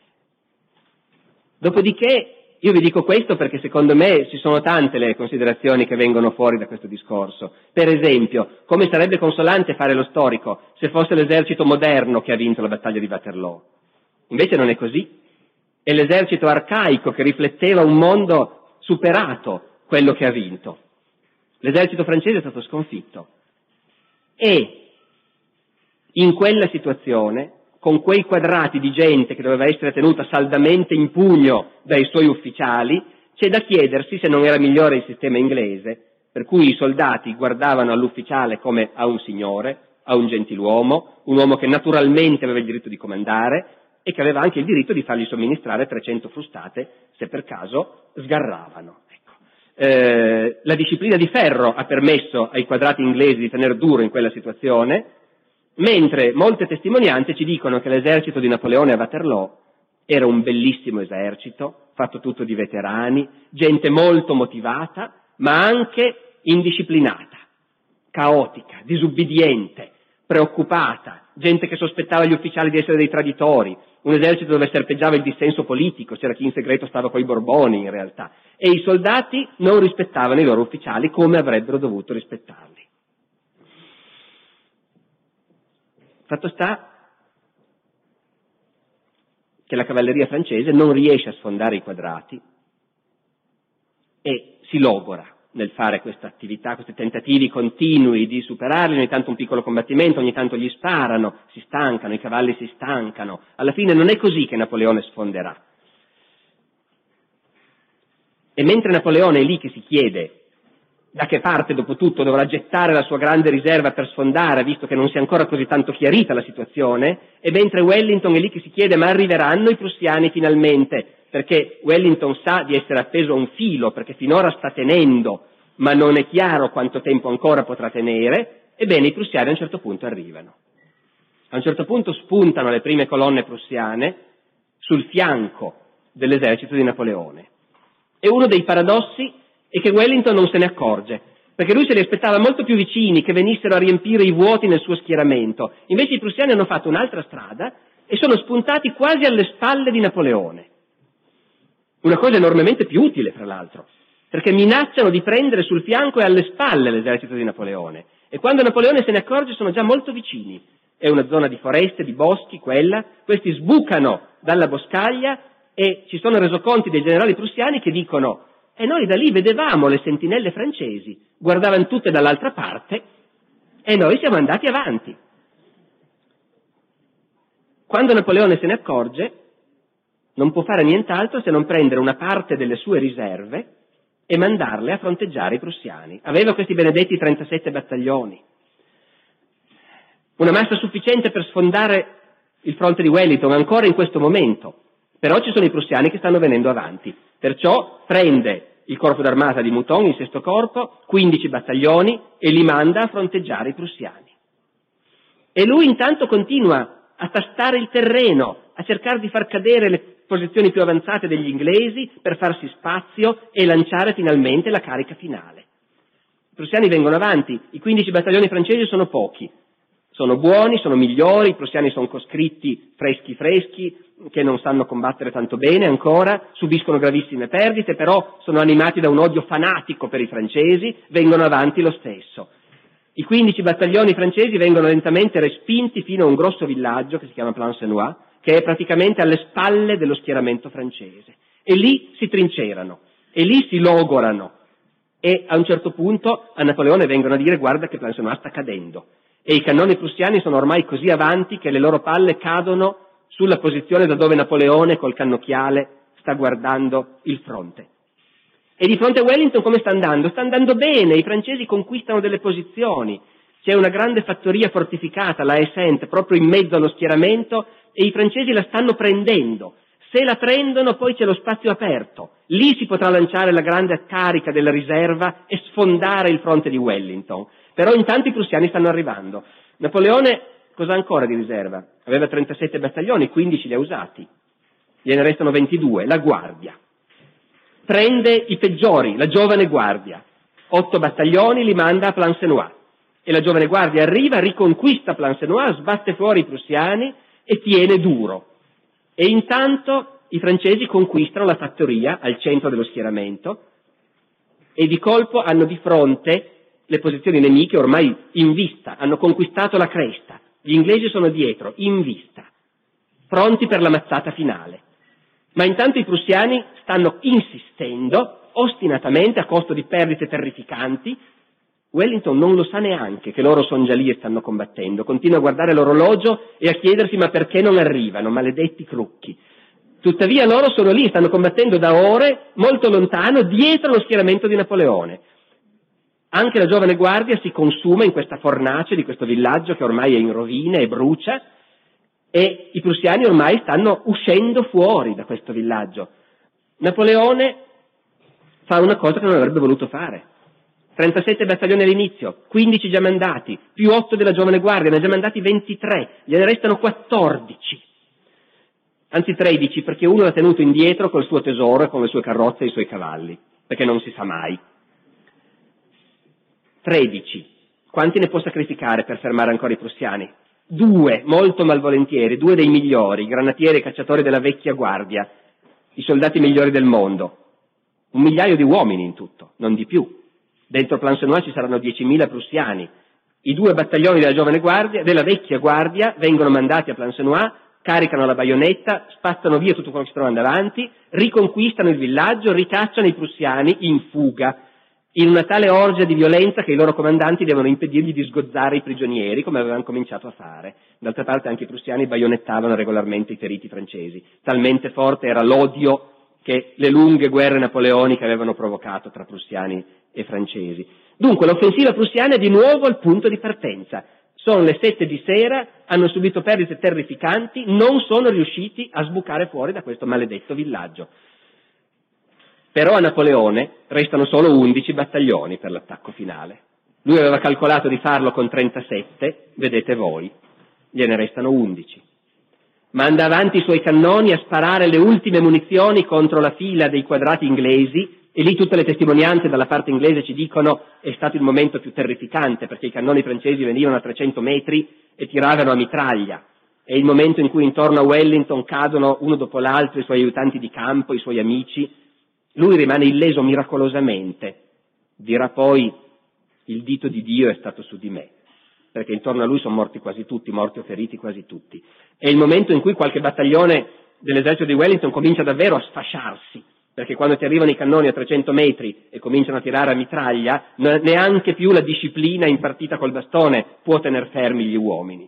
Dopodiché, io vi dico questo perché secondo me ci sono tante le considerazioni che vengono fuori da questo discorso. Per esempio, come sarebbe consolante fare lo storico se fosse l'esercito moderno che ha vinto la battaglia di Waterloo. Invece non è così. È l'esercito arcaico che rifletteva un mondo superato quello che ha vinto. L'esercito francese è stato sconfitto. E in quella situazione, con quei quadrati di gente che doveva essere tenuta saldamente in pugno dai suoi ufficiali, c'è da chiedersi se non era migliore il sistema inglese, per cui i soldati guardavano all'ufficiale come a un signore, a un gentiluomo, un uomo che naturalmente aveva il diritto di comandare e che aveva anche il diritto di fargli somministrare 300 frustate se per caso sgarravano. La disciplina di ferro ha permesso ai quadrati inglesi di tenere duro in quella situazione, mentre molte testimonianze ci dicono che l'esercito di Napoleone a Waterloo era un bellissimo esercito, fatto tutto di veterani, gente molto motivata, ma anche indisciplinata, caotica, disubbidiente, preoccupata, gente che sospettava gli ufficiali di essere dei traditori, un esercito dove serpeggiava il dissenso politico, c'era chi in segreto stava coi Borboni in realtà, e i soldati non rispettavano i loro ufficiali come avrebbero dovuto rispettarli. Fatto sta che la cavalleria francese non riesce a sfondare i quadrati e si logora nel fare questa attività, questi tentativi continui di superarli, ogni tanto un piccolo combattimento, ogni tanto gli sparano, si stancano, i cavalli si stancano. Alla fine non è così che Napoleone sfonderà. E mentre Napoleone è lì che si chiede da che parte, dopo tutto, dovrà gettare la sua grande riserva per sfondare, visto che non si è ancora così tanto chiarita la situazione, e mentre Wellington è lì che si chiede ma arriveranno i prussiani finalmente, perché Wellington sa di essere appeso a un filo, perché finora sta tenendo, ma non è chiaro quanto tempo ancora potrà tenere, ebbene i prussiani a un certo punto arrivano. A un certo punto spuntano le prime colonne prussiane sul fianco dell'esercito di Napoleone. E uno dei paradossi è che Wellington non se ne accorge, perché lui se li aspettava molto più vicini, che venissero a riempire i vuoti nel suo schieramento. Invece i prussiani hanno fatto un'altra strada e sono spuntati quasi alle spalle di Napoleone. Una cosa enormemente più utile, fra l'altro, perché minacciano di prendere sul fianco e alle spalle l'esercito di Napoleone. E quando Napoleone se ne accorge sono già molto vicini. È una zona di foreste, di boschi, quella. Questi sbucano dalla boscaglia e ci sono resoconti dei generali prussiani che dicono: e noi da lì vedevamo le sentinelle francesi, guardavano tutte dall'altra parte e noi siamo andati avanti. Quando Napoleone se ne accorge, non può fare nient'altro se non prendere una parte delle sue riserve e mandarle a fronteggiare i prussiani. Aveva questi benedetti 37 battaglioni, una massa sufficiente per sfondare il fronte di Wellington ancora in questo momento, però ci sono i prussiani che stanno venendo avanti, perciò prende il corpo d'armata di Mouton, il sesto corpo, 15 battaglioni e li manda a fronteggiare i prussiani. E lui intanto continua a tastare il terreno, a cercare di far cadere le posizioni più avanzate degli inglesi per farsi spazio e lanciare finalmente la carica finale. I prussiani vengono avanti, i 15 battaglioni francesi sono pochi, sono buoni, sono migliori, i prussiani sono coscritti freschi, che non sanno combattere tanto bene ancora, subiscono gravissime perdite, però sono animati da un odio fanatico per i francesi, vengono avanti lo stesso. I 15 battaglioni francesi vengono lentamente respinti fino a un grosso villaggio che si chiama Plancenoit, che è praticamente alle spalle dello schieramento francese. E lì si trincerano, e lì si logorano, e a un certo punto a Napoleone vengono a dire: guarda che Plancenoit sta cadendo. E i cannoni prussiani sono ormai così avanti che le loro palle cadono sulla posizione da dove Napoleone col cannocchiale sta guardando il fronte. E di fronte a Wellington come sta andando? Sta andando bene, i francesi conquistano delle posizioni, c'è una grande fattoria fortificata, la Haie-Sainte, proprio in mezzo allo schieramento, e i francesi la stanno prendendo. Se la prendono poi c'è lo spazio aperto, lì si potrà lanciare la grande carica della riserva e sfondare il fronte di Wellington. Però intanto i prussiani stanno arrivando. Napoleone cosa ha ancora di riserva? Aveva 37 battaglioni, 15 li ha usati, gliene restano 22, la guardia. Prende i peggiori, la giovane guardia, 8 battaglioni li manda a Plancenoit, e la giovane guardia arriva, riconquista Plancenoit, sbatte fuori i prussiani e tiene duro. E intanto i francesi conquistano la fattoria al centro dello schieramento e di colpo hanno di fronte le posizioni nemiche ormai in vista, hanno conquistato la cresta, gli inglesi sono dietro, in vista, pronti per la mazzata finale. Ma intanto i prussiani stanno insistendo ostinatamente a costo di perdite terrificanti. Wellington non lo sa neanche che loro sono già lì e stanno combattendo, continua a guardare l'orologio e a chiedersi ma perché non arrivano, maledetti crucchi. Tuttavia loro sono lì, stanno combattendo da ore, molto lontano, dietro lo schieramento di Napoleone. Anche la giovane guardia si consuma in questa fornace di questo villaggio che ormai è in rovine e brucia, e i prussiani ormai stanno uscendo fuori da questo villaggio. Napoleone fa una cosa che non avrebbe voluto fare. 37 battaglioni all'inizio, 15 già mandati, più 8 della giovane guardia, ne ha già mandati 23, gliene restano 14. Anzi 13, perché uno l'ha tenuto indietro col suo tesoro e con le sue carrozze e i suoi cavalli, perché non si sa mai. 13. Quanti ne può sacrificare per fermare ancora i prussiani? 2, molto malvolentieri, 2 dei migliori, i granatieri e i cacciatori della vecchia guardia, i soldati migliori del mondo. 1.000.000 di uomini in tutto, non di più. Dentro Plancenoit ci saranno 10.000 prussiani. I 2 battaglioni della giovane guardia, della vecchia guardia, vengono mandati a Plancenoit, caricano la baionetta, spazzano via tutto quello che si trova davanti, riconquistano il villaggio, ricacciano i prussiani in fuga, in una tale orgia di violenza che i loro comandanti devono impedirgli di sgozzare i prigionieri, come avevano cominciato a fare. D'altra parte anche i prussiani baionettavano regolarmente i feriti francesi, talmente forte era l'odio che le lunghe guerre napoleoniche avevano provocato tra prussiani e francesi. Dunque l'offensiva prussiana è di nuovo al punto di partenza. Sono le 7 di sera, hanno subito perdite terrificanti, non sono riusciti a sbucare fuori da questo maledetto villaggio. Però a Napoleone restano solo 11 battaglioni per l'attacco finale. Lui aveva calcolato di farlo con 37, vedete voi, gliene restano 11. Manda avanti i suoi cannoni a sparare le ultime munizioni contro la fila dei quadrati inglesi, e lì tutte le testimonianze dalla parte inglese ci dicono è stato il momento più terrificante, perché i cannoni francesi venivano a 300 metri e tiravano a mitraglia. È il momento in cui intorno a Wellington cadono uno dopo l'altro i suoi aiutanti di campo, i suoi amici. Lui rimane illeso miracolosamente. Dirà poi: il dito di Dio è stato su di me, perché intorno a lui sono morti quasi tutti, morti o feriti quasi tutti. È il momento in cui qualche battaglione dell'esercito di Wellington comincia davvero a sfasciarsi, perché quando ti arrivano i cannoni a 300 metri e cominciano a tirare a mitraglia, neanche più la disciplina impartita col bastone può tener fermi gli uomini.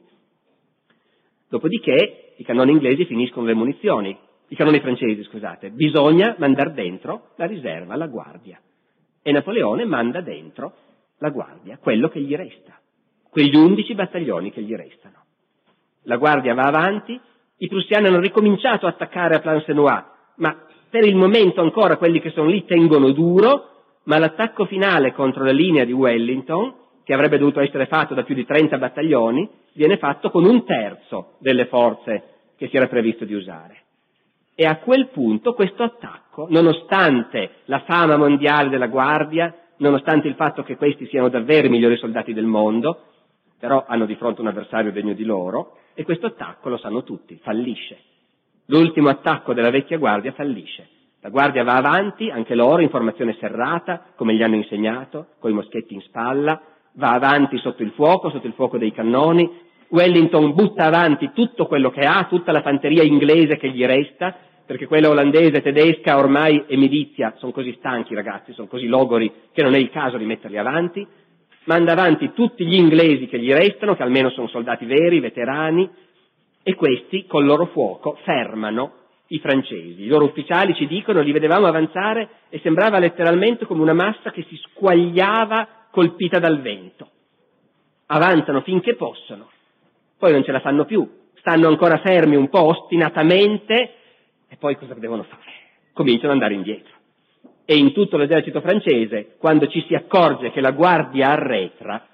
Dopodiché i cannoni inglesi finiscono le munizioni, i cannoni francesi, scusate, bisogna mandare dentro la riserva, la guardia. E Napoleone manda dentro la guardia, quello che gli resta, quegli 11 battaglioni che gli restano. La guardia va avanti, i prussiani hanno ricominciato a attaccare a Plancenoit, ma per il momento ancora quelli che sono lì tengono duro, ma l'attacco finale contro la linea di Wellington, che avrebbe dovuto essere fatto da più di 30 battaglioni, viene fatto con 1/3 delle forze che si era previsto di usare. E a quel punto questo attacco, nonostante la fama mondiale della guardia, nonostante il fatto che questi siano davvero i migliori soldati del mondo, però hanno di fronte un avversario degno di loro, e questo attacco, lo sanno tutti, fallisce. L'ultimo attacco della vecchia guardia fallisce. La guardia va avanti, anche loro, in formazione serrata, come gli hanno insegnato, con i moschetti in spalla, va avanti sotto il fuoco dei cannoni. Wellington butta avanti tutto quello che ha, tutta la fanteria inglese che gli resta, perché quella olandese, tedesca, ormai è milizia, sono così stanchi ragazzi, sono così logori che non è il caso di metterli avanti. Manda avanti tutti gli inglesi che gli restano, che almeno sono soldati veri, veterani, e questi col loro fuoco fermano i francesi. I loro ufficiali ci dicono, li vedevamo avanzare e sembrava letteralmente come una massa che si squagliava colpita dal vento. Avanzano finché possono, poi non ce la fanno più, stanno ancora fermi un po' ostinatamente e poi cosa devono fare? Cominciano ad andare indietro. E in tutto l'esercito francese, quando ci si accorge che la guardia arretra,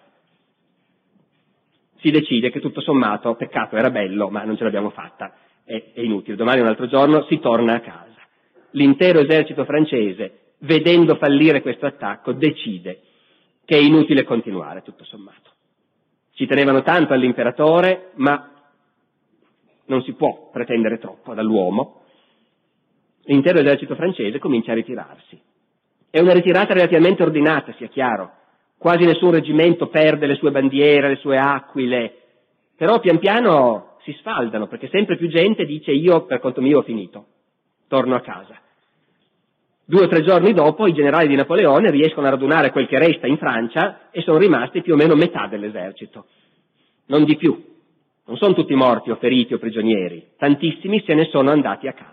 si decide che tutto sommato, peccato, era bello, ma non ce l'abbiamo fatta, è inutile, domani è un altro giorno, si torna a casa. L'intero esercito francese, vedendo fallire questo attacco, decide che è inutile continuare, tutto sommato. Ci tenevano tanto all'imperatore, ma non si può pretendere troppo dall'uomo. L'intero esercito francese comincia a ritirarsi. È una ritirata relativamente ordinata, sia chiaro. Quasi nessun reggimento perde le sue bandiere, le sue aquile, però pian piano si sfaldano, perché sempre più gente dice io per conto mio ho finito, torno a casa. 2 o 3 giorni dopo i generali di Napoleone riescono a radunare quel che resta in Francia e sono rimasti più o meno metà dell'esercito, non di più. Non sono tutti morti o feriti o prigionieri, tantissimi se ne sono andati a casa.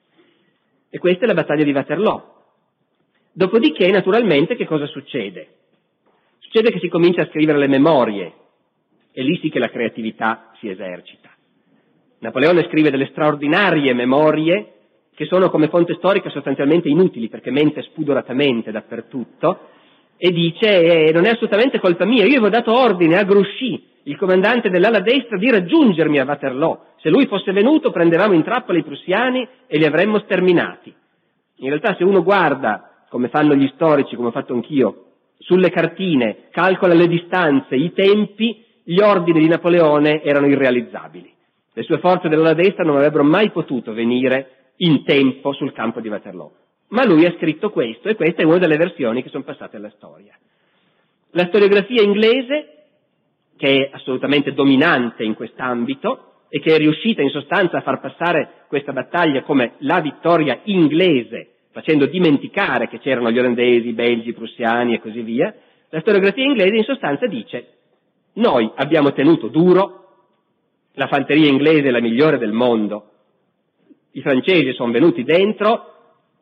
E questa è la battaglia di Waterloo. Dopodiché, naturalmente, che cosa succede? Succede che si comincia a scrivere le memorie, e lì sì che la creatività si esercita. Napoleone scrive delle straordinarie memorie che sono come fonte storica sostanzialmente inutili, perché mente spudoratamente dappertutto, e dice non è assolutamente colpa mia, io avevo dato ordine a Grouchy, il comandante dell'ala destra, di raggiungermi a Waterloo. Se lui fosse venuto prendevamo in trappola i prussiani e li avremmo sterminati. In realtà se uno guarda, come fanno gli storici, come ho fatto anch'io, sulle cartine, calcola le distanze, i tempi, gli ordini di Napoleone erano irrealizzabili. Le sue forze dell'ala destra non avrebbero mai potuto venire in tempo sul campo di Waterloo. Ma lui ha scritto questo, e questa è una delle versioni che sono passate alla storia. La storiografia inglese, che è assolutamente dominante in quest'ambito e che è riuscita in sostanza a far passare questa battaglia come la vittoria inglese, facendo dimenticare che c'erano gli olandesi, i belgi, i prussiani e così via, la storiografia inglese in sostanza dice: noi abbiamo tenuto duro, la fanteria inglese è la migliore del mondo, i francesi sono venuti dentro,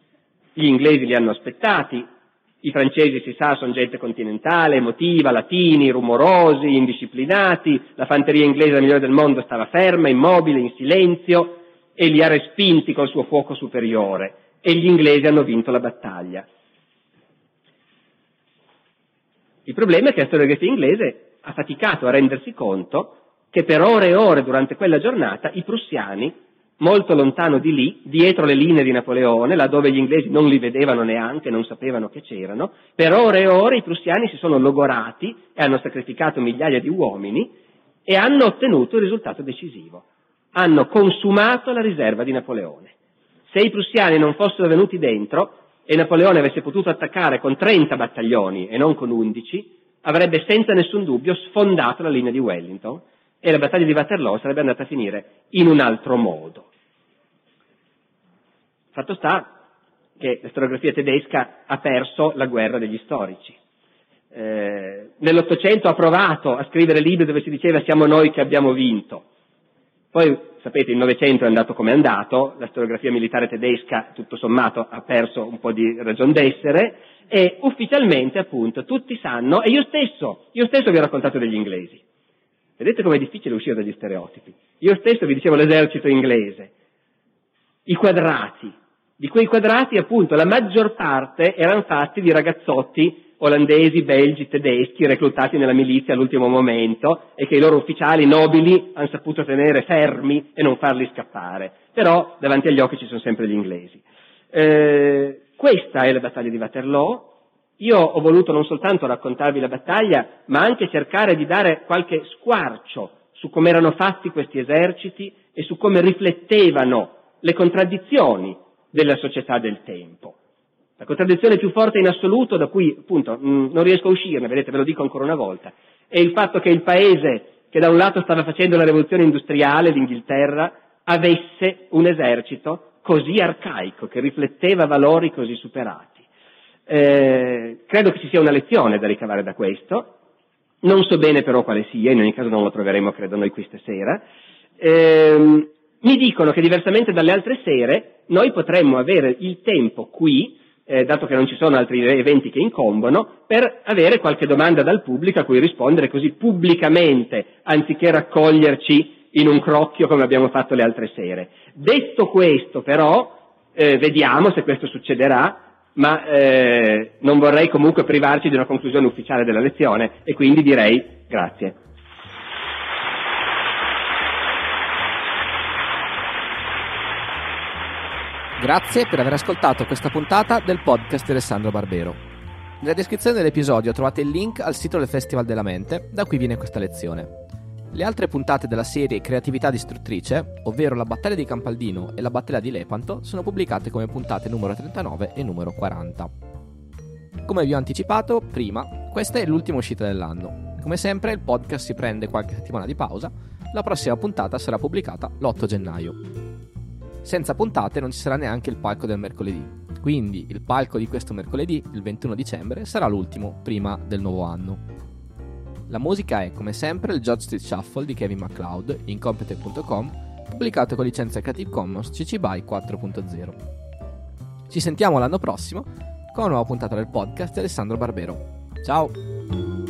Gli inglesi li hanno aspettati, i francesi si sa sono gente continentale, emotiva, latini, rumorosi, indisciplinati, la fanteria inglese la migliore del mondo stava ferma, immobile, in silenzio e li ha respinti col suo fuoco superiore e gli inglesi hanno vinto la battaglia. Il problema è che la storiografia inglese ha faticato a rendersi conto che per ore e ore durante quella giornata i prussiani, molto lontano di lì, dietro le linee di Napoleone, laddove gli inglesi non li vedevano neanche, non sapevano che c'erano, per ore e ore i prussiani si sono logorati e hanno sacrificato migliaia di uomini e hanno ottenuto il risultato decisivo. Hanno consumato la riserva di Napoleone. Se i prussiani non fossero venuti dentro e Napoleone avesse potuto attaccare con 30 battaglioni e non con 11, avrebbe senza nessun dubbio sfondato la linea di Wellington e la battaglia di Waterloo sarebbe andata a finire in un altro modo. Fatto sta che la storiografia tedesca ha perso la guerra degli storici. Nell'Ottocento ha provato a scrivere libri dove si diceva siamo noi che abbiamo vinto. Poi, sapete, il Novecento è andato come è andato, la storiografia militare tedesca, tutto sommato, ha perso un po' di ragion d'essere e ufficialmente, appunto, tutti sanno, e io stesso vi ho raccontato degli inglesi. Vedete com'è difficile uscire dagli stereotipi. Io stesso vi dicevo l'esercito inglese, i quadrati. Di quei quadrati, appunto, la maggior parte erano fatti di ragazzotti olandesi, belgi, tedeschi, reclutati nella milizia all'ultimo momento e che i loro ufficiali nobili hanno saputo tenere fermi e non farli scappare. Però davanti agli occhi ci sono sempre gli inglesi. Questa è la battaglia di Waterloo. Io ho voluto non soltanto raccontarvi la battaglia, ma anche cercare di dare qualche squarcio su come erano fatti questi eserciti e su come riflettevano le contraddizioni della società del tempo. La contraddizione più forte in assoluto, da cui appunto non riesco a uscirne, vedete, ve lo dico ancora una volta, è il fatto che il paese che da un lato stava facendo la rivoluzione industriale, l'Inghilterra, avesse un esercito così arcaico, che rifletteva valori così superati. Credo che ci sia una lezione da ricavare da questo, non so bene però quale sia, in ogni caso non lo troveremo credo noi qui stasera. Mi dicono che diversamente dalle altre sere noi potremmo avere il tempo qui, dato che non ci sono altri eventi che incombono, per avere qualche domanda dal pubblico a cui rispondere così pubblicamente, anziché raccoglierci in un crocchio come abbiamo fatto le altre sere. Detto questo però, vediamo se questo succederà, ma non vorrei comunque privarci di una conclusione ufficiale della lezione e quindi direi grazie. Grazie per aver ascoltato questa puntata del podcast di Alessandro Barbero. Nella descrizione dell'episodio trovate il link al sito del Festival della Mente, da cui viene questa lezione. Le altre puntate della serie Creatività distruttrice, ovvero la battaglia di Campaldino e la battaglia di Lepanto, sono pubblicate come puntate numero 39 e numero 40. Come vi ho anticipato prima, questa è l'ultima uscita dell'anno. Come sempre il podcast si prende qualche settimana di pausa, la prossima puntata sarà pubblicata l'8 gennaio. Senza puntate non ci sarà neanche il palco del mercoledì, quindi il palco di questo mercoledì, il 21 dicembre, sarà l'ultimo prima del nuovo anno. La musica è, come sempre, il George Street Shuffle di Kevin MacLeod, incompetech.com, pubblicato con licenza Creative Commons CC BY 4.0. Ci sentiamo l'anno prossimo con una nuova puntata del podcast di Alessandro Barbero. Ciao!